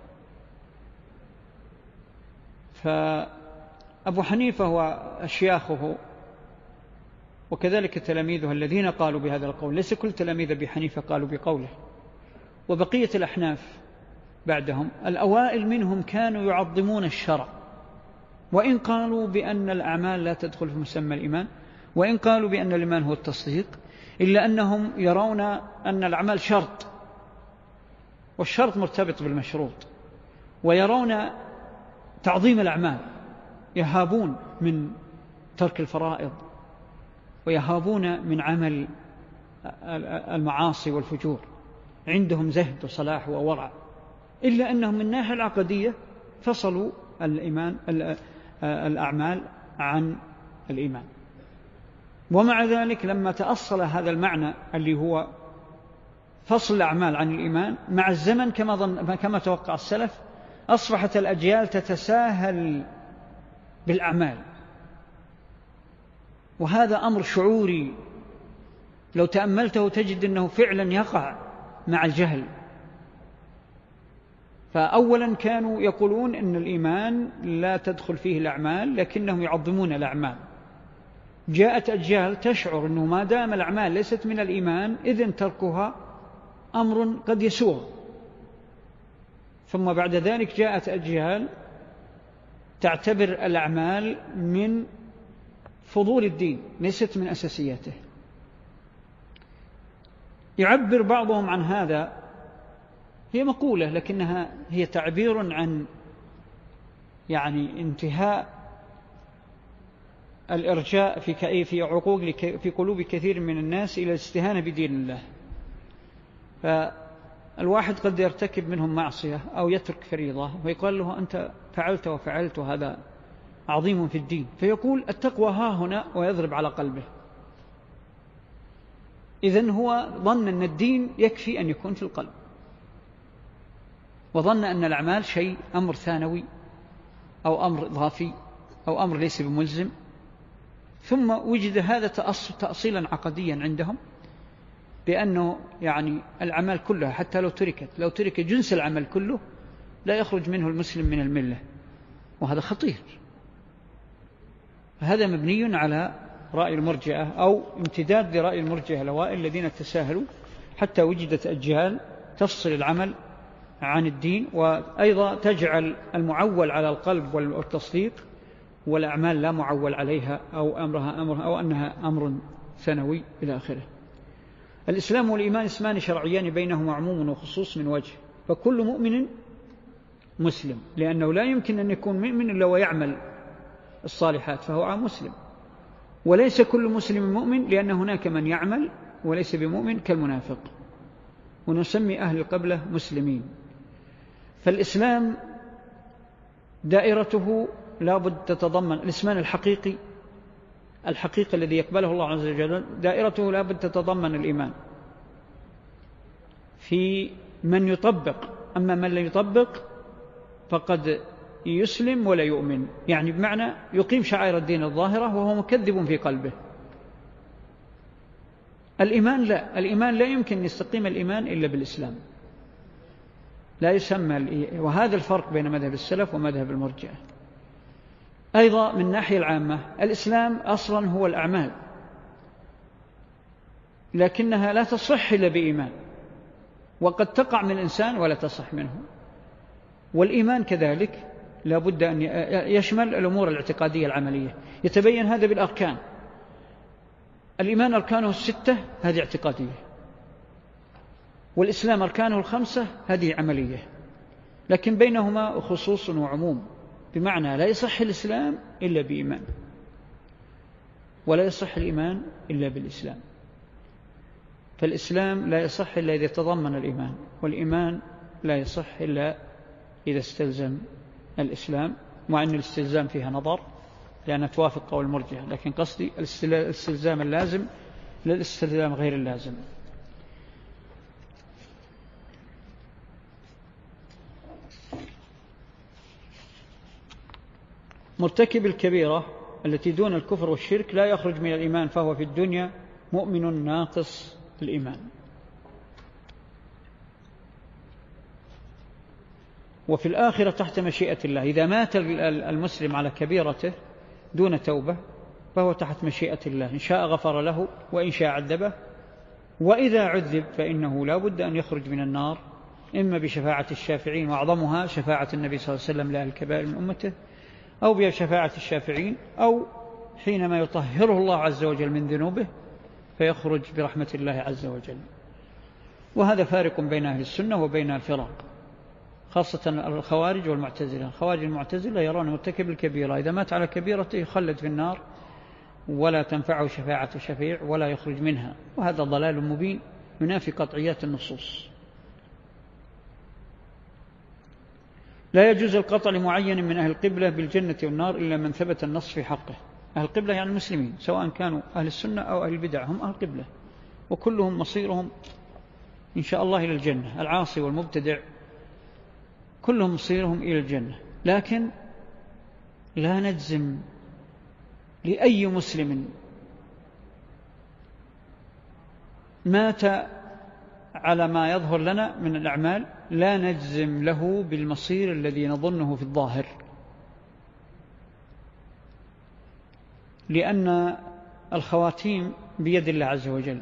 فأبو حنيفة وأشياخه وكذلك تلاميذه الذين قالوا بهذا القول، ليس كل تلاميذ أبي حنيفة قالوا بقوله. وبقية الأحناف بعدهم الأوائل منهم كانوا يعظمون الشرع، وإن قالوا بأن الأعمال لا تدخل في مسمى الإيمان، وإن قالوا بأن الإيمان هو التصديق، إلا أنهم يرون أن الأعمال شرط، والشرط مرتبط بالمشروط، ويرون تعظيم الأعمال، يهابون من ترك الفرائض ويهابون من عمل المعاصي والفجور، عندهم زهد وصلاح وورع، إلا أنهم من الناحية العقدية فصلوا الإيمان الأعمال عن الإيمان. ومع ذلك لما تأصل هذا المعنى اللي هو فصل الأعمال عن الإيمان مع الزمن كما, ظن كما توقع السلف، أصبحت الأجيال تتساهل بالأعمال، وهذا أمر شعوري لو تأملته تجد أنه فعلا يقع مع الجهل. فأولا كانوا يقولون أن الإيمان لا تدخل فيه الأعمال، لكنهم يعظمون الأعمال. جاءت أجيال تشعر أنه ما دام الأعمال ليست من الإيمان إذن تركها أمر قد يسوغ. ثم بعد ذلك جاءت أجيال تعتبر الأعمال من فضول الدين ليست من أساسياته. يعبر بعضهم عن هذا، هي مقولة لكنها هي تعبير عن يعني انتهاء الإرجاء في في عقوق في قلوب كثير من الناس إلى الاستهانة بدين الله. فالواحد قد يرتكب منهم معصية أو يترك فريضة ويقال له أنت فعلت وفعلت هذا عظيم في الدين، فيقول التقوى ها هنا ويضرب على قلبه. إذن هو ظن أن الدين يكفي أن يكون في القلب، وظن أن الأعمال شيء أمر ثانوي أو أمر إضافي أو أمر ليس بملزم. ثم وجد هذا تأصيلا عقديا عندهم بأنه يعني الأعمال كلها حتى لو تركت لو ترك جنس العمل كله لا يخرج منه المسلم من الملة، وهذا خطير. هذا مبني على رأي المرجئة أو امتداد لرأي المرجئة الأوائل الذين تساهلوا حتى وجدت أجيال تفصل العمل عن الدين، وأيضا تجعل المعول على القلب والتصديق والأعمال لا معول عليها أو أمرها أمر أو أنها أمر ثانوي إلى آخره. الإسلام والإيمان اسمان شرعيان بينهما عموم وخصوص من وجه، فكل مؤمن مسلم، لأنه لا يمكن أن يكون مؤمن إلا ويعمل الصالحات فهو مسلم، وليس كل مسلم مؤمن لأن هناك من يعمل وليس بمؤمن كالمنافق، ونسمي أهل القبلة مسلمين. فالإسلام دائرته لابد تتضمن الإسلام الحقيقي الحقيقي الذي يقبله الله عز وجل، دائرته لابد تتضمن الإيمان في من يطبق. أما من لا يطبق فقد يسلم ولا يؤمن، يعني بمعنى يقيم شعائر الدين الظاهرة وهو مكذب في قلبه. الإيمان لا، الإيمان لا يمكن أن يستقيم الإيمان إلا بالإسلام، لا يسمى، وهذا الفرق بين مذهب السلف ومذهب المرجئة. أيضا من الناحية العامة الإسلام أصلا هو الأعمال، لكنها لا تصح إلا بإيمان، وقد تقع من الإنسان ولا تصح منه. والإيمان كذلك لا بد أن يشمل الأمور الاعتقادية العملية، يتبين هذا بالأركان. الإيمان أركانه الستة هذه اعتقادية، والإسلام أركانه الخمسة هذه عملية، لكن بينهما خصوص وعموم، بمعنى لا يصح الإسلام إلا بإيمان، ولا يصح الإيمان إلا بالإسلام. فالإسلام لا يصح إلا إذا تضمن الإيمان، والإيمان لا يصح إلا إذا استلزم الإسلام، مع أن الاستلزام فيها نظر لأنها توافق قول المرجئة، لكن قصدي الاستلزام اللازم للاستلزام غير اللازم. مرتكب الكبيرة التي دون الكفر والشرك لا يخرج من الإيمان، فهو في الدنيا مؤمن ناقص الإيمان، وفي الآخرة تحت مشيئة الله. إذا مات المسلم على كبيرته دون توبة فهو تحت مشيئة الله، إن شاء غفر له وإن شاء عذبه، وإذا عذب فإنه لا بد أن يخرج من النار، إما بشفاعة الشافعين، وأعظمها شفاعة النبي صلى الله عليه وسلم لأهل الكبائر من أمته، أو بشفاعة الشافعين، أو حينما يطهره الله عز وجل من ذنوبه فيخرج برحمة الله عز وجل. وهذا فارق بين أهل السنة وبين الفرق، خاصة الخوارج والمعتزلة. الخوارج والمعتزلة يرون مرتكب الكبيرة إذا مات على كبيرته يخلد في النار ولا تنفعه شفاعة شفيع ولا يخرج منها، وهذا ضلال مبين ينافي قطعيات النصوص. لا يجوز القطع لمعين من أهل القبلة بالجنة والنار إلا من ثبت النص في حقه. أهل القبلة يعني المسلمين، سواء كانوا أهل السنة أو أهل البدع، هم أهل القبلة، وكلهم مصيرهم إن شاء الله إلى الجنة. العاصي والمبتدع كلهم مصيرهم إلى الجنة، لكن لا نجزم لأي مسلم مات على ما يظهر لنا من الأعمال، لا نجزم له بالمصير الذي نظنه في الظاهر، لأن الخواتيم بيد الله عز وجل،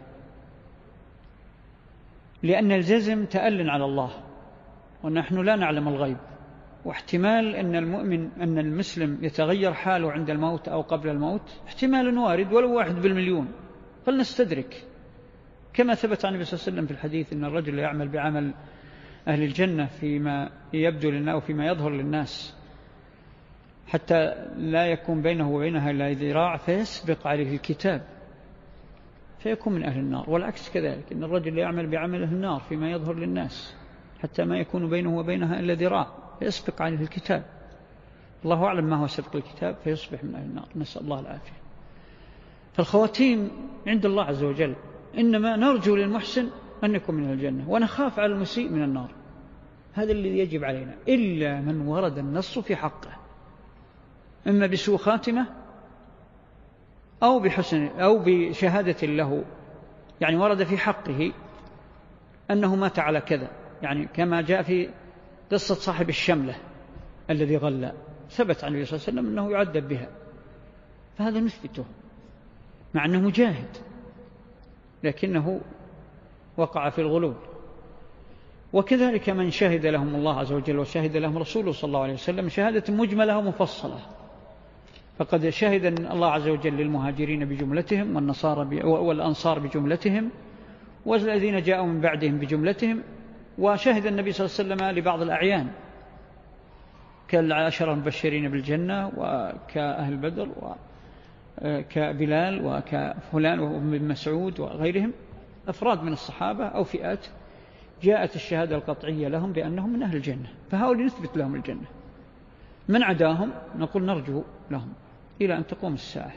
لأن الجزم تأل على الله، ونحن لا نعلم الغيب، واحتمال أن المؤمن أن المسلم يتغير حاله عند الموت أو قبل الموت احتمال وارد ولو واحد بالمليون، فلنستدرك. كما ثبت عن النبي صلى الله عليه وسلم في الحديث أن الرجل يعمل بعمل أهل الجنة فيما يبدو للناس وفيما يظهر للناس حتى لا يكون بينه وبينها إلا ذراع فيسبق عليه الكتاب فيكون من أهل النار، والعكس كذلك، أن الرجل يعمل بعمل أهل النار فيما يظهر للناس حتى ما يكون بينه وبينها إلا ذراع فيسبق عليه الكتاب. الله أعلم ما هو سبق الكتاب، فيصبح من أهل النار، نسأل الله العافية. فالخواتيم عند الله عز وجل، إنما نرجو للمحسن أن يكون من الجنة ونخاف على المسيء من النار، هذا الذي يجب علينا، إلا من ورد النص في حقه إما بسوء خاتمة أو بحسن أو بشهادة له، يعني ورد في حقه أنه مات على كذا، يعني كما جاء في قصة صاحب الشملة الذي غلى، ثبت عن النبي صلى الله عليه وسلم أنه يعذب بها، فهذا نثبته مع أنه مجاهد لكنه وقع في الغلول. وكذلك من شهد لهم الله عز وجل وشهد لهم رسوله صلى الله عليه وسلم شهادة مجملة ومفصلة، فقد شهد الله عز وجل للمهاجرين بجملتهم والنصارى والأنصار بجملتهم والذين جاءوا من بعدهم بجملتهم، وشهد النبي صلى الله عليه وسلم لبعض الأعيان كالعشرة المبشرين بالجنة وكأهل بدر وكبلال وكفلان وابن مسعود وغيرهم، أفراد من الصحابة أو فئات جاءت الشهادة القطعية لهم بأنهم من أهل الجنة، فهؤلاء نثبت لهم الجنة. من عداهم نقول نرجو لهم إلى أن تقوم الساعة.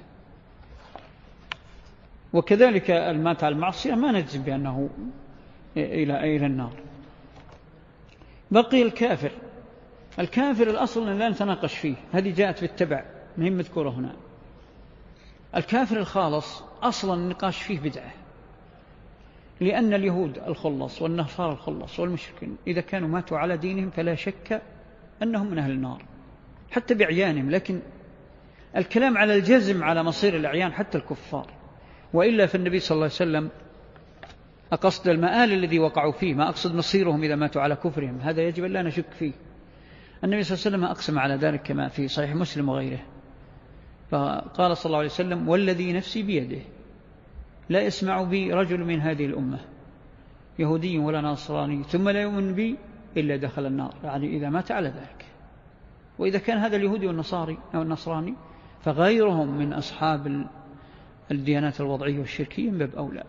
وكذلك المات على المعصية ما نجزم بأنه إلى إلى النار. بقي الكافر الكافر الأصل لا نتناقش فيه، هذه جاءت بالتبع مهم مذكورة هنا. الكافر الخالص أصلا النقاش فيه بدعة، لأن اليهود الخلص والنصارى الخلص والمشركين إذا كانوا ماتوا على دينهم فلا شك أنهم من أهل النار حتى بعيانهم، لكن الكلام على الجزم على مصير الأعيان حتى الكفار. وإلا فالنبي صلى الله عليه وسلم أقصد المآل الذي وقعوا فيه، ما أقصد مصيرهم إذا ماتوا على كفرهم، هذا يجب أن لا نشك فيه. النبي صلى الله عليه وسلم أقسم على ذلك كما في صحيح مسلم وغيره، فقال صلى الله عليه وسلم: والذي نفسي بيده لا يسمع بي رجل من هذه الأمة يهودي ولا نصراني ثم لا يؤمن بي إلا دخل النار، يعني إذا مات على ذلك. وإذا كان هذا اليهودي والنصاري أو النصراني فغيرهم من أصحاب الديانات الوضعية والشركية من باب أولى.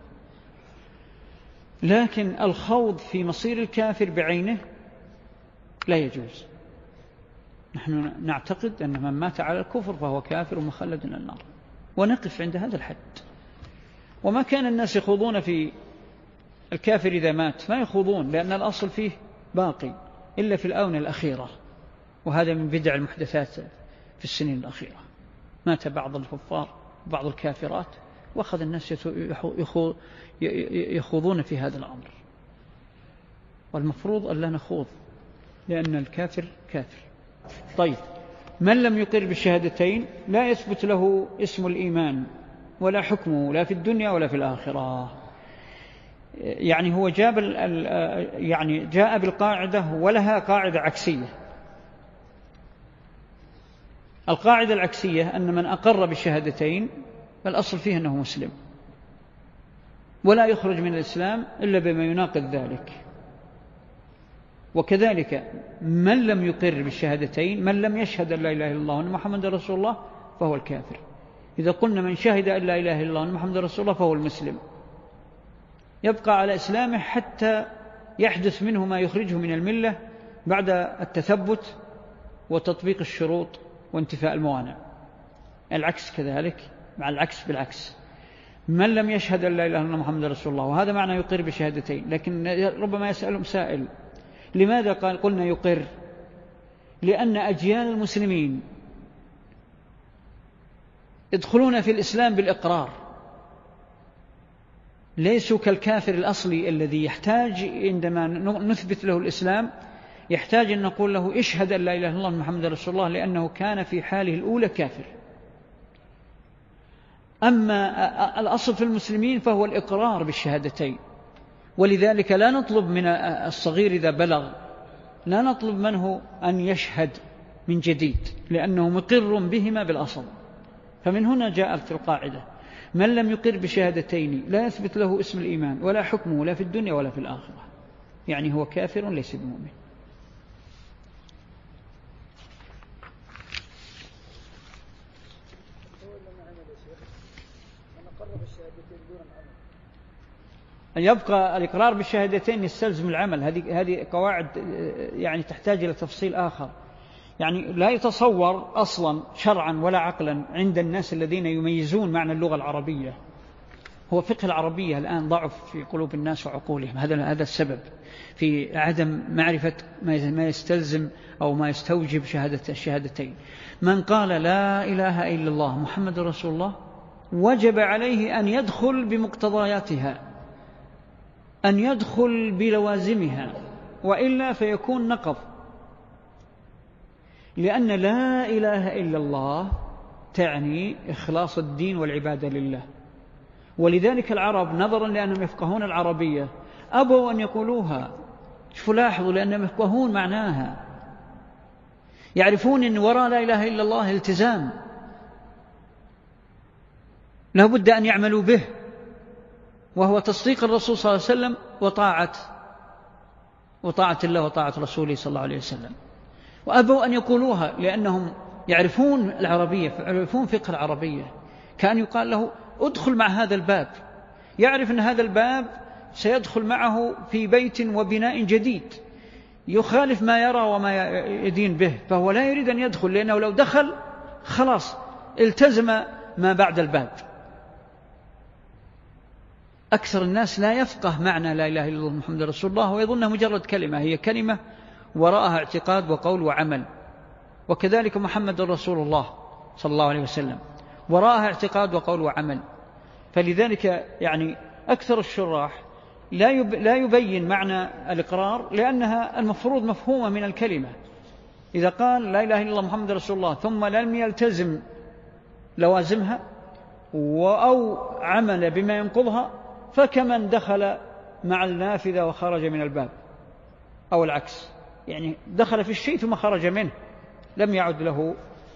لكن الخوض في مصير الكافر بعينه لا يجوز. نحن نعتقد أن من مات على الكفر فهو كافر ومخلد إلى النار، ونقف عند هذا الحد. وما كان الناس يخوضون في الكافر إذا مات، ما يخوضون، لأن الأصل فيه باقي إلا في الآونة الأخيرة، وهذا من بدع المحدثات في السنين الأخيرة. مات بعض الكفار بعض الكافرات وأخذ الناس يخوضون في هذا الأمر، والمفروض أن لا نخوض لأن الكافر كافر. طيب، من لم يقر بالشهادتين لا يثبت له اسم الإيمان ولا حكمه لا في الدنيا ولا في الآخرة. يعني هو جاب يعني جاء بالقاعدة ولها قاعدة عكسية. القاعدة العكسية أن من أقر بالشهادتين فالأصل فيه أنه مسلم ولا يخرج من الإسلام إلا بما يناقض ذلك. وكذلك من لم يقر بالشهادتين، من لم يشهد أن لا إله إلا الله وأن محمد رسول الله فهو الكافر. إذا قلنا من شهد أن لا إله إلا الله وأن محمد رسول الله فهو المسلم، يبقى على إسلامه حتى يحدث منه ما يخرجه من الملة بعد التثبت وتطبيق الشروط وانتفاء الموانع. العكس كذلك، مع العكس بالعكس، من لم يشهد أن لا إله إلا الله محمد رسول الله، وهذا معنى يقر بشهادتين. لكن ربما يسألهم سائل: لماذا قال قلنا يقر؟ لأن أجيال المسلمين يدخلون في الإسلام بالإقرار، ليسوا كالكافر الأصلي الذي يحتاج عندما نثبت له الإسلام يحتاج أن نقول له اشهد أن لا إله إلا الله محمد رسول الله، لأنه كان في حاله الأولى كافر. أما الأصل في المسلمين فهو الإقرار بالشهادتين، ولذلك لا نطلب من الصغير إذا بلغ لا نطلب منه أن يشهد من جديد، لأنه مقر بهما بالأصل. فمن هنا جاءت القاعدة: من لم يقر بشهادتين لا يثبت له اسم الإيمان ولا حكمه لا في الدنيا ولا في الآخرة، يعني هو كافر ليس بمؤمن. يبقى الإقرار بالشهادتين يستلزم العمل. هذه هذه قواعد يعني تحتاج إلى تفصيل آخر. يعني لا يتصور أصلا شرعا ولا عقلا عند الناس الذين يميزون معنى اللغة العربية. هو فقه العربية الآن ضعف في قلوب الناس وعقولهم، هذا هذا السبب في عدم معرفة ما يستلزم أو ما يستوجب شهادة الشهادتين. من قال لا إله إلا الله محمد رسول الله وجب عليه أن يدخل بمقتضياتها، أن يدخل بلوازمها، وإلا فيكون نقض. لأن لا إله إلا الله تعني إخلاص الدين والعبادة لله، ولذلك العرب نظرا لأنهم يفقهون العربية أبوا أن يقولوها. شوفوا لاحظوا، لأنهم يفقهون معناها، يعرفون أن وراء لا إله إلا الله التزام لا بد أن يعملوا به، وهو تصديق الرسول صلى الله عليه وسلم وطاعة وطاعة الله وطاعة رسوله صلى الله عليه وسلم. وأبوا أن يقولوها لأنهم يعرفون العربية، يعرفون فقه العربية. كان يقال له ادخل مع هذا الباب، يعرف أن هذا الباب سيدخل معه في بيت وبناء جديد يخالف ما يرى وما يدين به، فهو لا يريد أن يدخل، لأنه لو دخل خلاص التزم ما بعد الباب. أكثر الناس لا يفقه معنى لا إله إلا الله محمد رسول الله، ويظنها مجرد كلمة، هي كلمة وراءها اعتقاد وقول وعمل. وكذلك محمد رسول الله صلى الله عليه وسلم وراءها اعتقاد وقول وعمل. فلذلك يعني أكثر الشراح لا يبين معنى الإقرار، لأنها المفروض مفهومة من الكلمة. إذا قال لا إله إلا الله محمد رسول الله ثم لم يلتزم لوازمها أو عمل بما ينقضها فكمن دخل مع النافذة وخرج من الباب، أو العكس، يعني دخل في الشيء ثم خرج منه، لم يعد له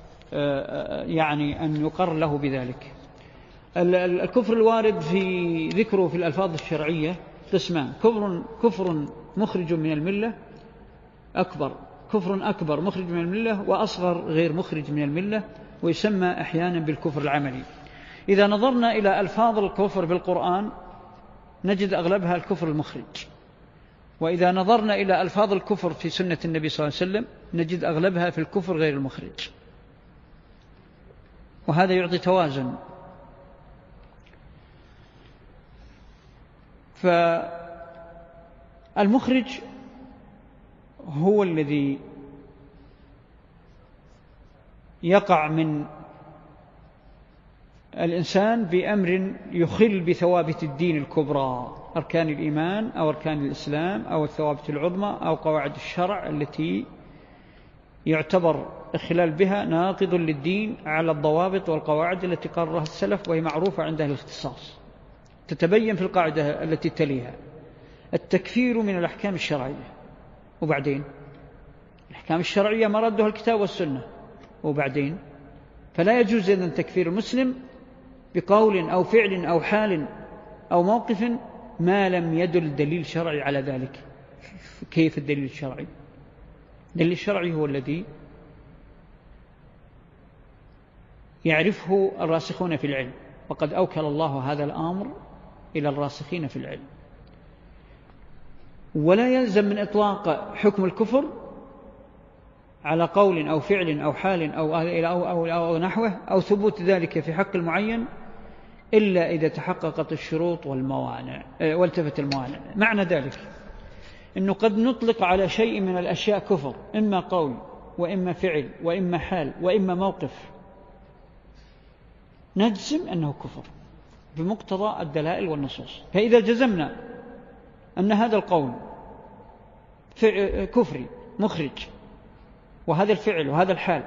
يعني أن يقر له بذلك. الكفر الوارد في ذكره في الألفاظ الشرعية قسمان: كفر كفر مخرج من الملة أكبر، كفر أكبر مخرج من الملة، وأصغر غير مخرج من الملة، ويسمى أحيانا بالكفر العملي. إذا نظرنا إلى ألفاظ الكفر بالقرآن نجد أغلبها الكفر المخرج، وإذا نظرنا إلى ألفاظ الكفر في سنة النبي صلى الله عليه وسلم نجد أغلبها في الكفر غير المخرج، وهذا يعطي توازن. فالمخرج هو الذي يقع من الإنسان بأمر يخل بثوابت الدين الكبرى، أركان الإيمان أو أركان الإسلام أو الثوابت العظمى أو قواعد الشرع التي يعتبر الخلال بها ناقض للدين على الضوابط والقواعد التي قررها السلف، وهي معروفة عند أهل الاختصاص. تتبين في القاعدة التي تليها: التكفير من الأحكام الشرعية، وبعدين الأحكام الشرعية مردها الكتاب والسنة، وبعدين فلا يجوز أن تكفير المسلم بقول أو فعل أو حال أو موقف ما لم يدل دليل شرعي على ذلك. كيف الدليل الشرعي؟ الدليل الشرعي هو الذي يعرفه الراسخون في العلم، وقد أوكل الله هذا الأمر إلى الراسخين في العلم. ولا يلزم من إطلاق حكم الكفر على قول أو فعل أو حال أو, أو, أو, أو نحوه أو ثبوت ذلك في حق المعين إلا إذا تحققت الشروط والموانع والتفت الموانع. معنى ذلك أنه قد نطلق على شيء من الأشياء كفر، إما قول وإما فعل وإما حال وإما موقف، نجزم أنه كفر بمقتضى الدلائل والنصوص. فإذا جزمنا أن هذا القول كفري مخرج، وهذا الفعل وهذا الحال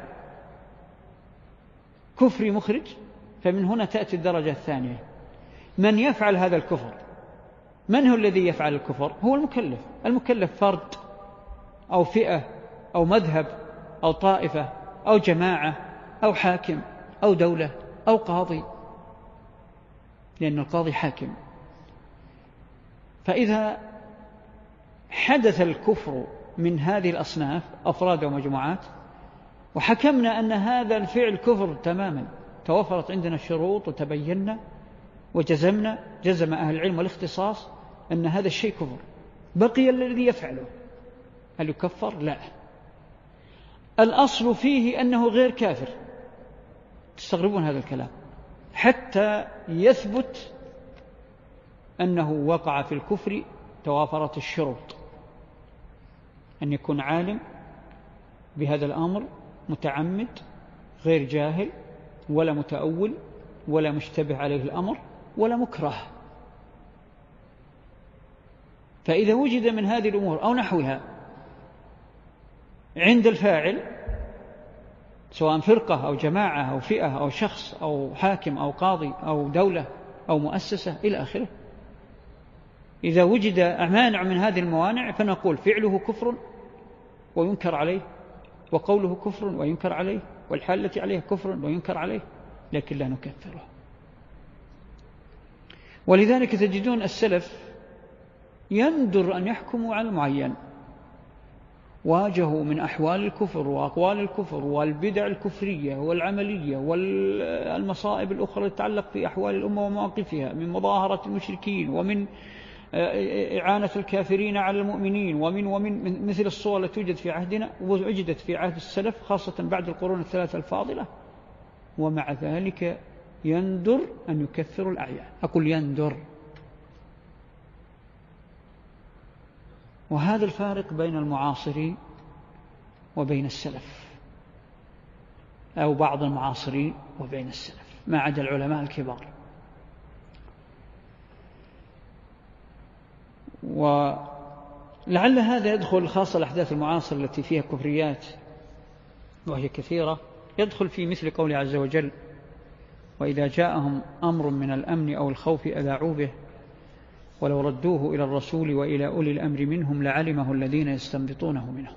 كفري مخرج، فمن هنا تأتي الدرجة الثانية: من يفعل هذا الكفر؟ من هو الذي يفعل الكفر؟ هو المكلف. المكلف فرد أو فئة أو مذهب أو طائفة أو جماعة أو حاكم أو دولة أو قاضي، لأن القاضي حاكم. فإذا حدث الكفر من هذه الأصناف أفراد ومجموعات وحكمنا أن هذا الفعل كفر تماما، توفرت عندنا الشروط وتبينا وجزمنا، جزم أهل العلم والاختصاص أن هذا الشيء كفر، بقي الذي يفعله هل يكفر؟ لا. الأصل فيه أنه غير كافر. تستغربون هذا الكلام حتى يثبت أنه وقع في الكفر. توافرت الشروط: أن يكون عالم بهذا الأمر، متعمد، غير جاهل ولا متأول ولا مشتبه عليه الأمر ولا مكره. فإذا وجد من هذه الأمور أو نحوها عند الفاعل، سواء فرقة أو جماعة أو فئة أو شخص أو حاكم أو قاضي أو دولة أو مؤسسة إلى آخره، إذا وجد مانع من هذه الموانع فنقول فعله كفر وينكر عليه، وقوله كفر وينكر عليه، والحال التي عليه كفر وينكر عليه، لكن لا نكفره. ولذلك تجدون السلف يندر أن يحكموا على المعين، واجهوا من أحوال الكفر وأقوال الكفر والبدع الكفرية والعملية والمصائب الأخرى تتعلق في أحوال الأمة ومواقفها، من مظاهرة المشركين ومن إعانة الكافرين على المؤمنين ومن ومن مثل الصور التي توجد في عهدنا ووجدت في عهد السلف خاصة بعد القرون الثلاثة الفاضلة، ومع ذلك يندر أن يكفر الأعيان. أقول يندر. وهذا الفارق بين المعاصر وبين السلف، أو بعض المعاصرين وبين السلف، ما عدا العلماء الكبار. ولعل هذا يدخل، خاصة الأحداث المعاصرة التي فيها كفريات وهي كثيرة، يدخل في مثل قوله عز وجل: وإذا جاءهم أمر من الأمن أو الخوف أذاعوا به ولو ردوه إلى الرسول وإلى أولي الأمر منهم لعلمه الذين يستنبطونه منهم.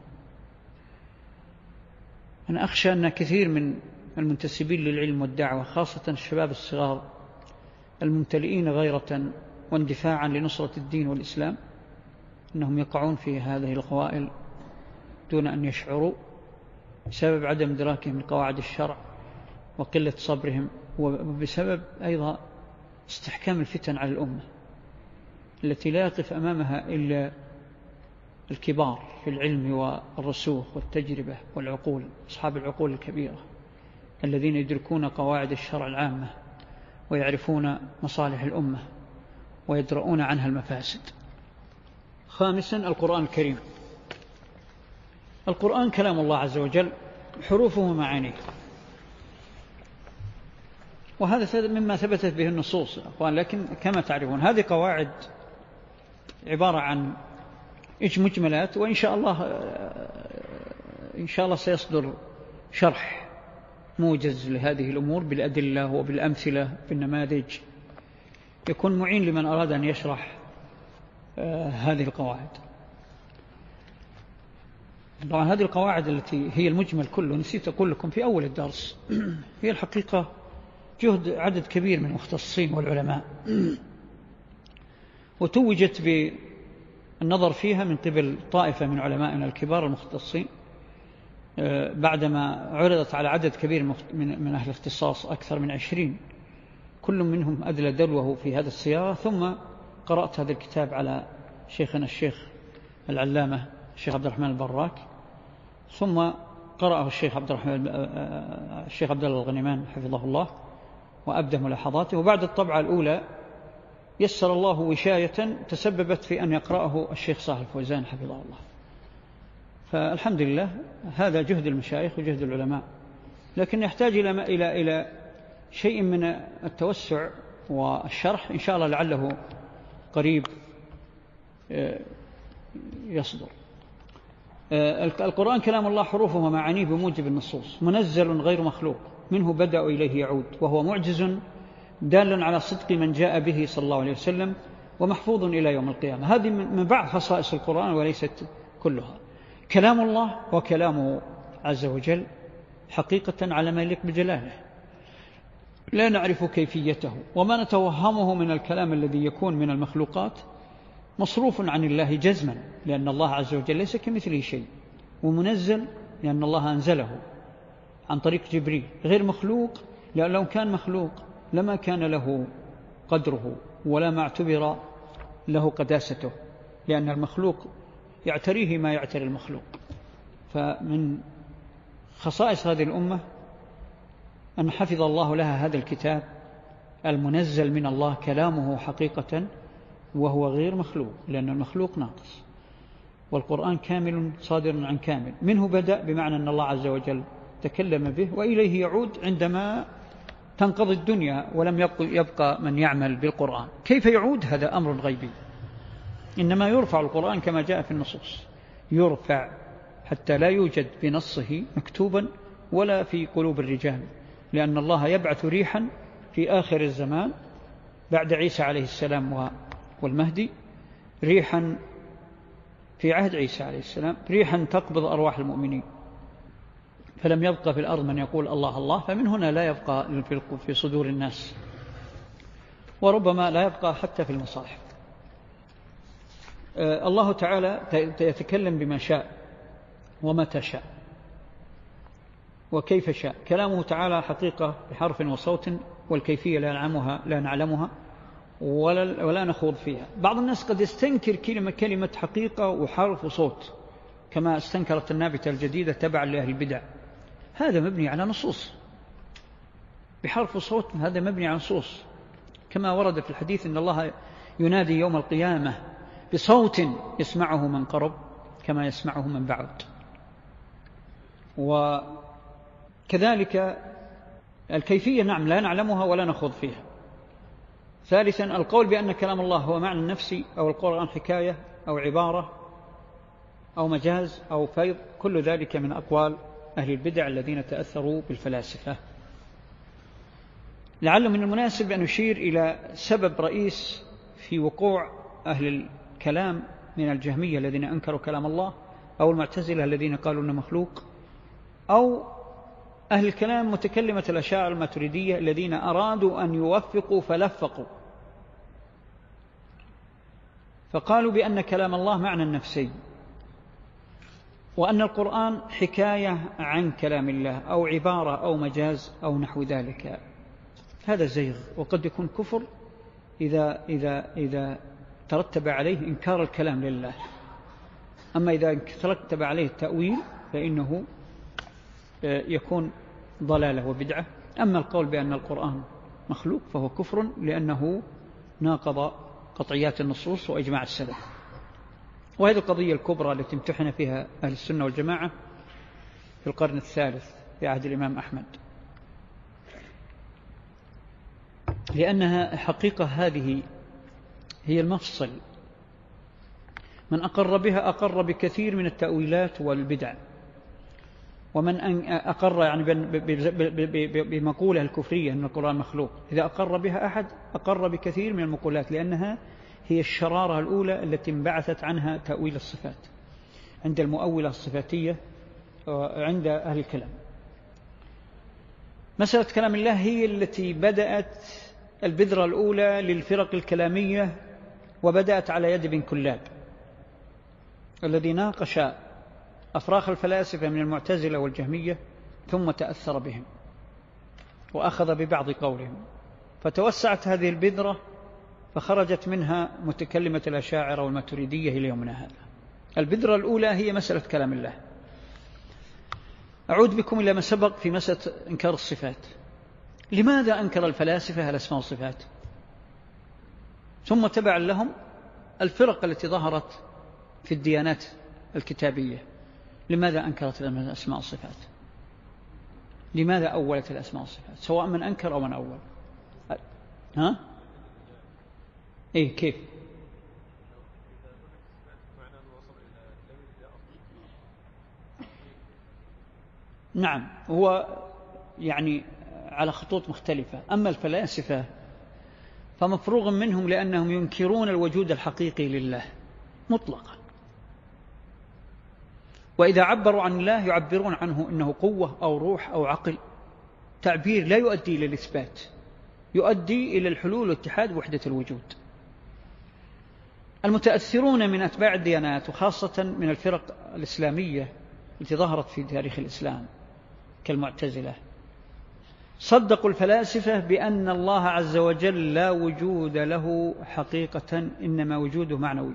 أنا أخشى أن كثير من المنتسبين للعلم والدعوة، خاصة الشباب الصغار الممتلئين غيرة واندفاعا لنصرة الدين والإسلام، أنهم يقعون في هذه القوائل دون أن يشعروا، بسبب عدم إدراكهم لقواعد الشرع وقلة صبرهم، وبسبب أيضا استحكام الفتن على الأمة التي لا يقف أمامها إلا الكبار في العلم والرسوخ والتجربة والعقول، أصحاب العقول الكبيرة الذين يدركون قواعد الشرع العامة ويعرفون مصالح الأمة ويدرؤون عنها المفاسد. خامسا، القرآن الكريم. القرآن كلام الله عز وجل، حروفه ومعانيه، وهذا مما ثبتت به النصوص أخوان. لكن كما تعرفون هذه قواعد عبارة عن مجملات، وإن شاء الله إن شاء الله سيصدر شرح موجز لهذه الأمور بالأدلة وبالأمثلة بالنماذج، يكون معين لمن أراد أن يشرح هذه القواعد. طبعا هذه القواعد التي هي المجمل كله، نسيت أقول لكم في أول الدرس، هي الحقيقة جهد عدد كبير من المختصين والعلماء، وتوجت بالنظر فيها من قبل طائفة من علمائنا الكبار المختصين بعدما عرضت على عدد كبير من أهل الاختصاص، أكثر من عشرين، كل منهم أدلى دلوه في هذا السياق. ثم قرأت هذا الكتاب على شيخنا الشيخ العلامة الشيخ عبد الرحمن البراك، ثم قرأه الشيخ عبد الرحمن الشيخ عبد الله الغنيمان حفظه الله وأبدى ملاحظاته. وبعد الطبعة الأولى يسر الله وشاية تسببت في أن يقرأه الشيخ صالح الفوزان حفظه الله. فالحمد لله هذا جهد المشايخ وجهد العلماء، لكن يحتاج إلى إلى إلى شيء من التوسع والشرح، إن شاء الله لعله قريب يصدر. القرآن كلام الله، حروفه ومعانيه بموجب النصوص، منزل غير مخلوق، منه بدأ وإليه يعود، وهو معجز دال على صدق من جاء به صلى الله عليه وسلم، ومحفوظ إلى يوم القيامة. هذه من بعض خصائص القرآن وليست كلها. كلام الله وكلامه عز وجل حقيقة على ما يليق بجلاله، لا نعرف كيفيته، وما نتوهمه من الكلام الذي يكون من المخلوقات مصروف عن الله جزما، لأن الله عز وجل ليس كمثله شيء، ومنزل لأن الله أنزله عن طريق جبريل، غير مخلوق لأن لو كان مخلوق لما كان له قدره ولا ما اعتبر له قداسته، لأن المخلوق يعتريه ما يعتري المخلوق. فمن خصائص هذه الأمة أن حفظ الله لها هذا الكتاب المنزل من الله، كلامه حقيقة وهو غير مخلوق، لأن المخلوق ناقص، والقرآن كامل صادر عن كامل، منه بدأ بمعنى أن الله عز وجل تكلم به، وإليه يعود عندما تنقضي الدنيا ولم يبقى من يعمل بالقرآن. كيف يعود؟ هذا أمر غيبي، إنما يرفع القرآن كما جاء في النصوص، يرفع حتى لا يوجد بنصه مكتوبا ولا في قلوب الرجال، لأن الله يبعث ريحا في آخر الزمان بعد عيسى عليه السلام والمهدي، ريحا في عهد عيسى عليه السلام، ريحا تقبض أرواح المؤمنين، فلم يبقى في الأرض من يقول الله الله، فمن هنا لا يبقى في صدور الناس، وربما لا يبقى حتى في المصاحف. الله تعالى يتكلم بما شاء ومتى شاء وكيف شاء. كلامه تعالى حقيقة بحرف وصوت، والكيفية لا نعلمها لا نعلمها ولا, ولا نخوض فيها. بعض الناس قد يستنكر كلمة كلمة حقيقة وحرف وصوت، كما استنكرت النابتة الجديدة تبعا لأهل البدع. هذا مبني على نصوص، بحرف وصوت هذا مبني على نصوص، كما ورد في الحديث إن الله ينادي يوم القيامة بصوت يسمعه من قرب كما يسمعه من بعد. وكذلك الكيفية نعم لا نعلمها ولا نخوض فيها. ثالثا القول بأن كلام الله هو معنى النفسي أو القرآن حكاية أو عبارة أو مجاز أو فيض، كل ذلك من أقوال أهل البدع الذين تأثروا بالفلاسفة. لعل من المناسب أن نشير إلى سبب رئيس في وقوع أهل الكلام من الجهمية الذين أنكروا كلام الله، أو المعتزلة الذين قالوا إنه مخلوق، أو أهل الكلام متكلمة الأشاعرة الماتريدية الذين أرادوا أن يوفقوا فلفقوا، فقالوا بأن كلام الله معنى نفسي، وأن القرآن حكاية عن كلام الله أو عبارة أو مجاز أو نحو ذلك. هذا زيغ، وقد يكون كفر إذا, إذا, إذا ترتب عليه إنكار الكلام لله. أما إذا ترتب عليه التأويل فإنه يكون ضلالة وبدعة. أما القول بأن القرآن مخلوق فهو كفر، لأنه ناقض قطعيات النصوص وإجماع السلف. وهذه القضية الكبرى التي امتحن فيها أهل السنة والجماعة في القرن الثالث في عهد الإمام أحمد، لأنها حقيقة هذه هي المفصل. من أقر بها أقر بكثير من التأويلات والبدع، ومن أقر يعني بمقولة الكفرية أن القرآن مخلوق، إذا أقر بها أحد أقر بكثير من المقولات، لأنها هي الشرارة الأولى التي انبعثت عنها تأويل الصفات عند المؤولة الصفاتية عند أهل الكلام. مسألة كلام الله هي التي بدأت البذرة الأولى للفرق الكلامية، وبدأت على يد ابن كلاب الذي ناقش أفراخ الفلاسفة من المعتزلة والجهمية، ثم تأثر بهم وأخذ ببعض قولهم، فتوسعت هذه البذرة فخرجت منها متكلمة الأشاعرة والماتريدية إلى يومنا هذا. البذرة الأولى هي مسألة كلام الله. أعود بكم إلى ما سبق في مسألة إنكار الصفات. لماذا أنكر الفلاسفة الأسماء والصفات؟ ثم تبع لهم الفرق التي ظهرت في الديانات الكتابية. لماذا أنكرت الأسماء والصفات؟ لماذا أولت الأسماء والصفات؟ سواء من أنكر أو من أول. ها؟ إيه كيف؟ نعم، هو يعني على خطوط مختلفة. أما الفلاسفة فمفروغ منهم لأنهم ينكرون الوجود الحقيقي لله مطلقا، وإذا عبروا عن الله يعبرون عنه إنه قوة أو روح أو عقل، تعبير لا يؤدي إلى الإثبات، يؤدي إلى الحلول واتحاد وحدة الوجود. المتأثرون من أتباع الديانات وخاصة من الفرق الإسلامية التي ظهرت في تاريخ الإسلام كالمعتزلة صدقوا الفلاسفة بأن الله عز وجل لا وجود له حقيقة، إنما وجوده معنوي.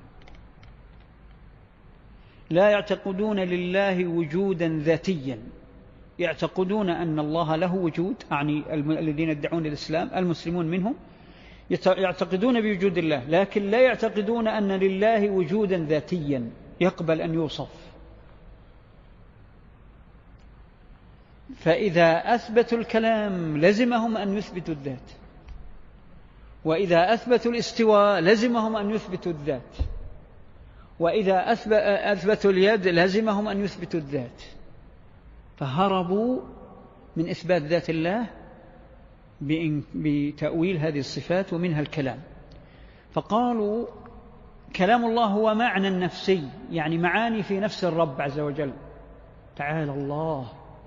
لا يعتقدون لله وجودا ذاتيا، يعتقدون أن الله له وجود، يعني الذين يدعون الإسلام المسلمون منهم يعتقدون بوجود الله، لكن لا يعتقدون أن لله وجودا ذاتيا يقبل أن يوصف. فإذا أثبتوا الكلام لزمهم أن يثبتوا الذات، وإذا أثبتوا الاستواء لزمهم أن يثبتوا الذات، وإذا أثبتوا اليد لزمهم أن يثبتوا الذات. فهربوا من إثبات ذات الله بتأويل هذه الصفات ومنها الكلام. فقالوا كلام الله هو معنى نفسي، يعني معاني في نفس الرب عز وجل. تعالى الله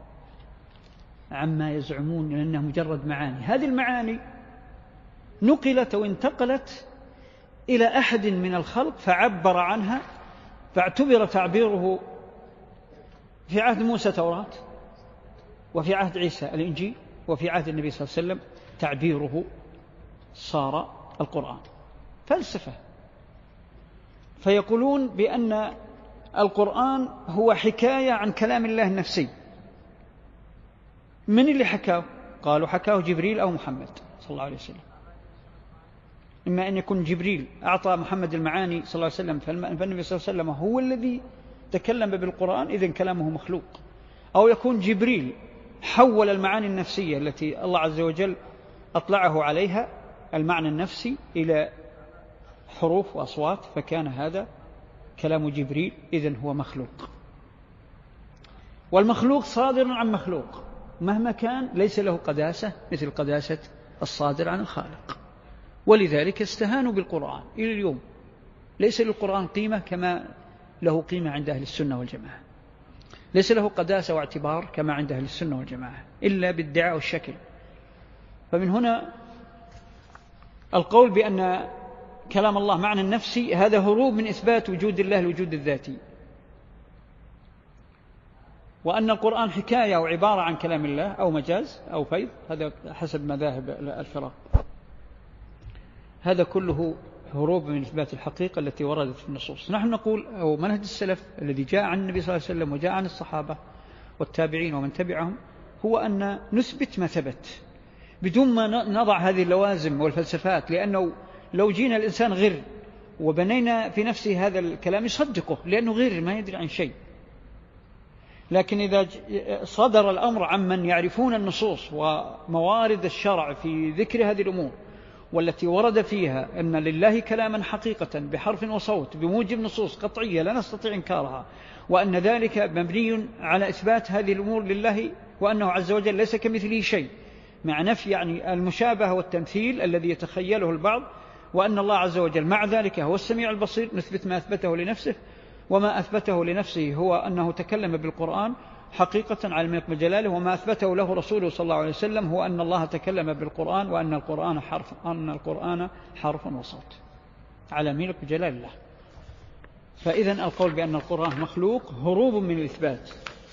عما يزعمون لأنها مجرد معاني. هذه المعاني نقلت وانتقلت إلى أحد من الخلق فعبر عنها، فاعتبر تعبيره في عهد موسى توراة، وفي عهد عيسى الإنجيل، وفي عهد النبي صلى الله عليه وسلم تعبيره صار القرآن. فلسفة. فيقولون بأن القرآن هو حكاية عن كلام الله النفسي. من اللي حكاه؟ قالوا حكاه جبريل أو محمد صلى الله عليه وسلم. إما أن يكون جبريل أعطى محمد المعاني صلى الله عليه وسلم، فالنبي صلى الله عليه وسلم هو الذي تكلم بالقرآن، إذن كلامه مخلوق، أو يكون جبريل حول المعاني النفسية التي الله عز وجل أطلعه عليها المعنى النفسي إلى حروف وأصوات، فكان هذا كلام جبريل، إذن هو مخلوق. والمخلوق صادر عن مخلوق مهما كان، ليس له قداسة مثل قداسة الصادر عن الخالق. ولذلك استهانوا بالقرآن إلى اليوم، ليس للقرآن قيمة كما له قيمة عند أهل السنة والجماعة، ليس له قداسة واعتبار كما عند أهل السنة والجماعة، إلا بالدعاء والشكل. فمن هنا القول بأن كلام الله معنى النفسي هذا هروب من إثبات وجود الله الوجود الذاتي، وأن القرآن حكاية أو عبارة عن كلام الله أو مجاز أو فيض، هذا حسب مذاهب الفرق. هذا كله هروب من إثبات الحقيقة التي وردت في النصوص. نحن نقول أو منهج السلف الذي جاء عن النبي صلى الله عليه وسلم وجاء عن الصحابة والتابعين ومن تبعهم هو أن نثبت ما ثبت بدون ما نضع هذه اللوازم والفلسفات، لأنه لو جينا الإنسان غير وبنينا في نفسه هذا الكلام يصدقه، لأنه غير ما يدري عن شيء. لكن إذا صدر الأمر عمن يعرفون النصوص وموارد الشرع في ذكر هذه الأمور والتي ورد فيها أن لله كلاما حقيقة بحرف وصوت بموجب نصوص قطعية لا نستطيع إنكارها، وأن ذلك مبني على إثبات هذه الأمور لله، وأنه عز وجل ليس كمثله شيء، مع نفي يعني المشابهة والتمثيل الذي يتخيله البعض، وأن الله عز وجل مع ذلك هو السميع البصير، نثبت ما أثبته لنفسه، وما أثبته لنفسه هو أنه تكلم بالقرآن حقيقة على ملك جلاله، وما أثبته له رسوله صلى الله عليه وسلم هو أن الله تكلم بالقرآن وأن القرآن حرف أن القرآن حرف وصوت على ملك جلال الله. فإذا القول بأن القرآن مخلوق هروب من الإثبات.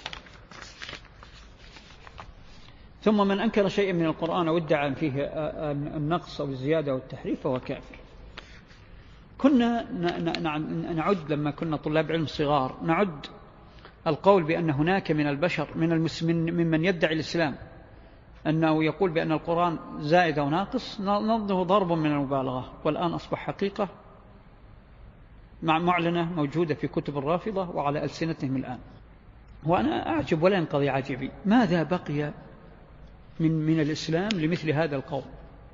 ثم من أنكر شيئا من القرآن وادعى فيه النقص أو الزيادة أو التحريف فهو كافر. كنا نعد لما كنا طلاب علم صغار نعد القول بأن هناك من البشر من المسلمين ممن يدعي الإسلام أنه يقول بأن القرآن زائد أو ناقص، نظنه ضرب من المبالغة، والآن أصبح حقيقة مع معلنة موجودة في كتب الرافضة وعلى ألسنتهم الآن. وأنا أعجب ولا ينقضي عجبي، ماذا بقي من من الإسلام لمثل هذا القول؟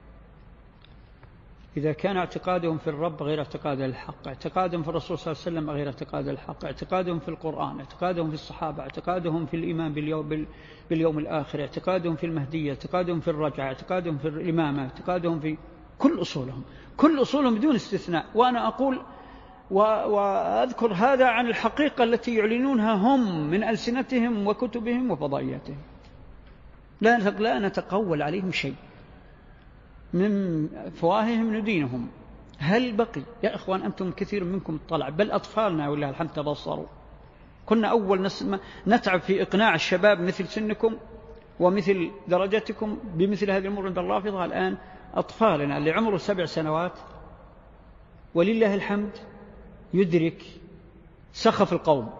إذا كان اعتقادهم في الرب غير اعتقاد الحق، اعتقادهم في الرسول صلى الله عليه وسلم غير اعتقاد الحق، اعتقادهم في القرآن، اعتقادهم في الصحابة، اعتقادهم في الإيمان باليوم, باليوم الآخر، اعتقادهم في المهدية، اعتقادهم في الرجعة، اعتقادهم في الإمامة، اعتقادهم في كل أصولهم، كل أصولهم بدون استثناء. وأنا أقول وأذكر هذا عن الحقيقة التي يعلنونها هم من ألسنتهم وكتبهم وفضائياتهم، لا لا نتقول عليهم شيء من فواههم ندينهم. هل بقي يا إخوان؟ أنتم كثير منكم اطلع، بل أطفالنا والله الحمد تبصروا. كنا أول نتعب في إقناع الشباب مثل سنكم ومثل درجتكم بمثل هذه الأمور عند الرافضة، الآن أطفالنا اللي عمره سبع سنوات ولله الحمد يدرك سخف القوم.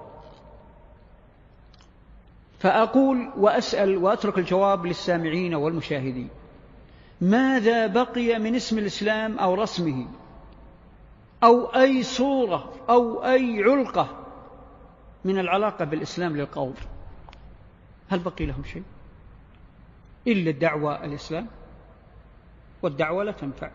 فأقول وأسأل وأترك الجواب للسامعين والمشاهدين، ماذا بقي من اسم الإسلام أو رسمه أو أي صورة أو أي علقة من العلاقة بالإسلام للقوم؟ هل بقي لهم شيء إلا الدعوة الإسلام؟ والدعوة لا تنفع.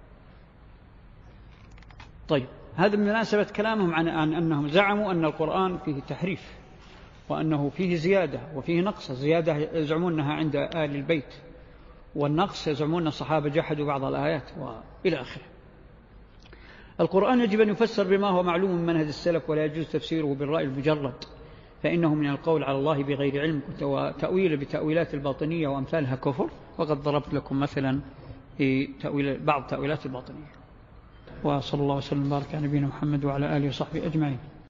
طيب، هذا من مناسبة كلامهم عن, عن أنهم زعموا أن القرآن فيه تحريف وأنه فيه زيادة وفيه نقص. الزيادة يزعمون أنها عند آل البيت، والنقص يزعمون أن الصحابة جحدوا بعض الآيات وإلى آخره. القرآن يجب أن يفسر بما هو معلوم من منهج السلف، ولا يجوز تفسيره بالرأي المجرد، فإنه من القول على الله بغير علم وتأويل بتأويلات الباطنية وأمثالها كفر. وقد ضربت لكم مثلا في تأويل بعض تأويلات الباطنية. وصلى الله وسلم وبارك على نبينا محمد وعلى آله وصحبه أجمعين.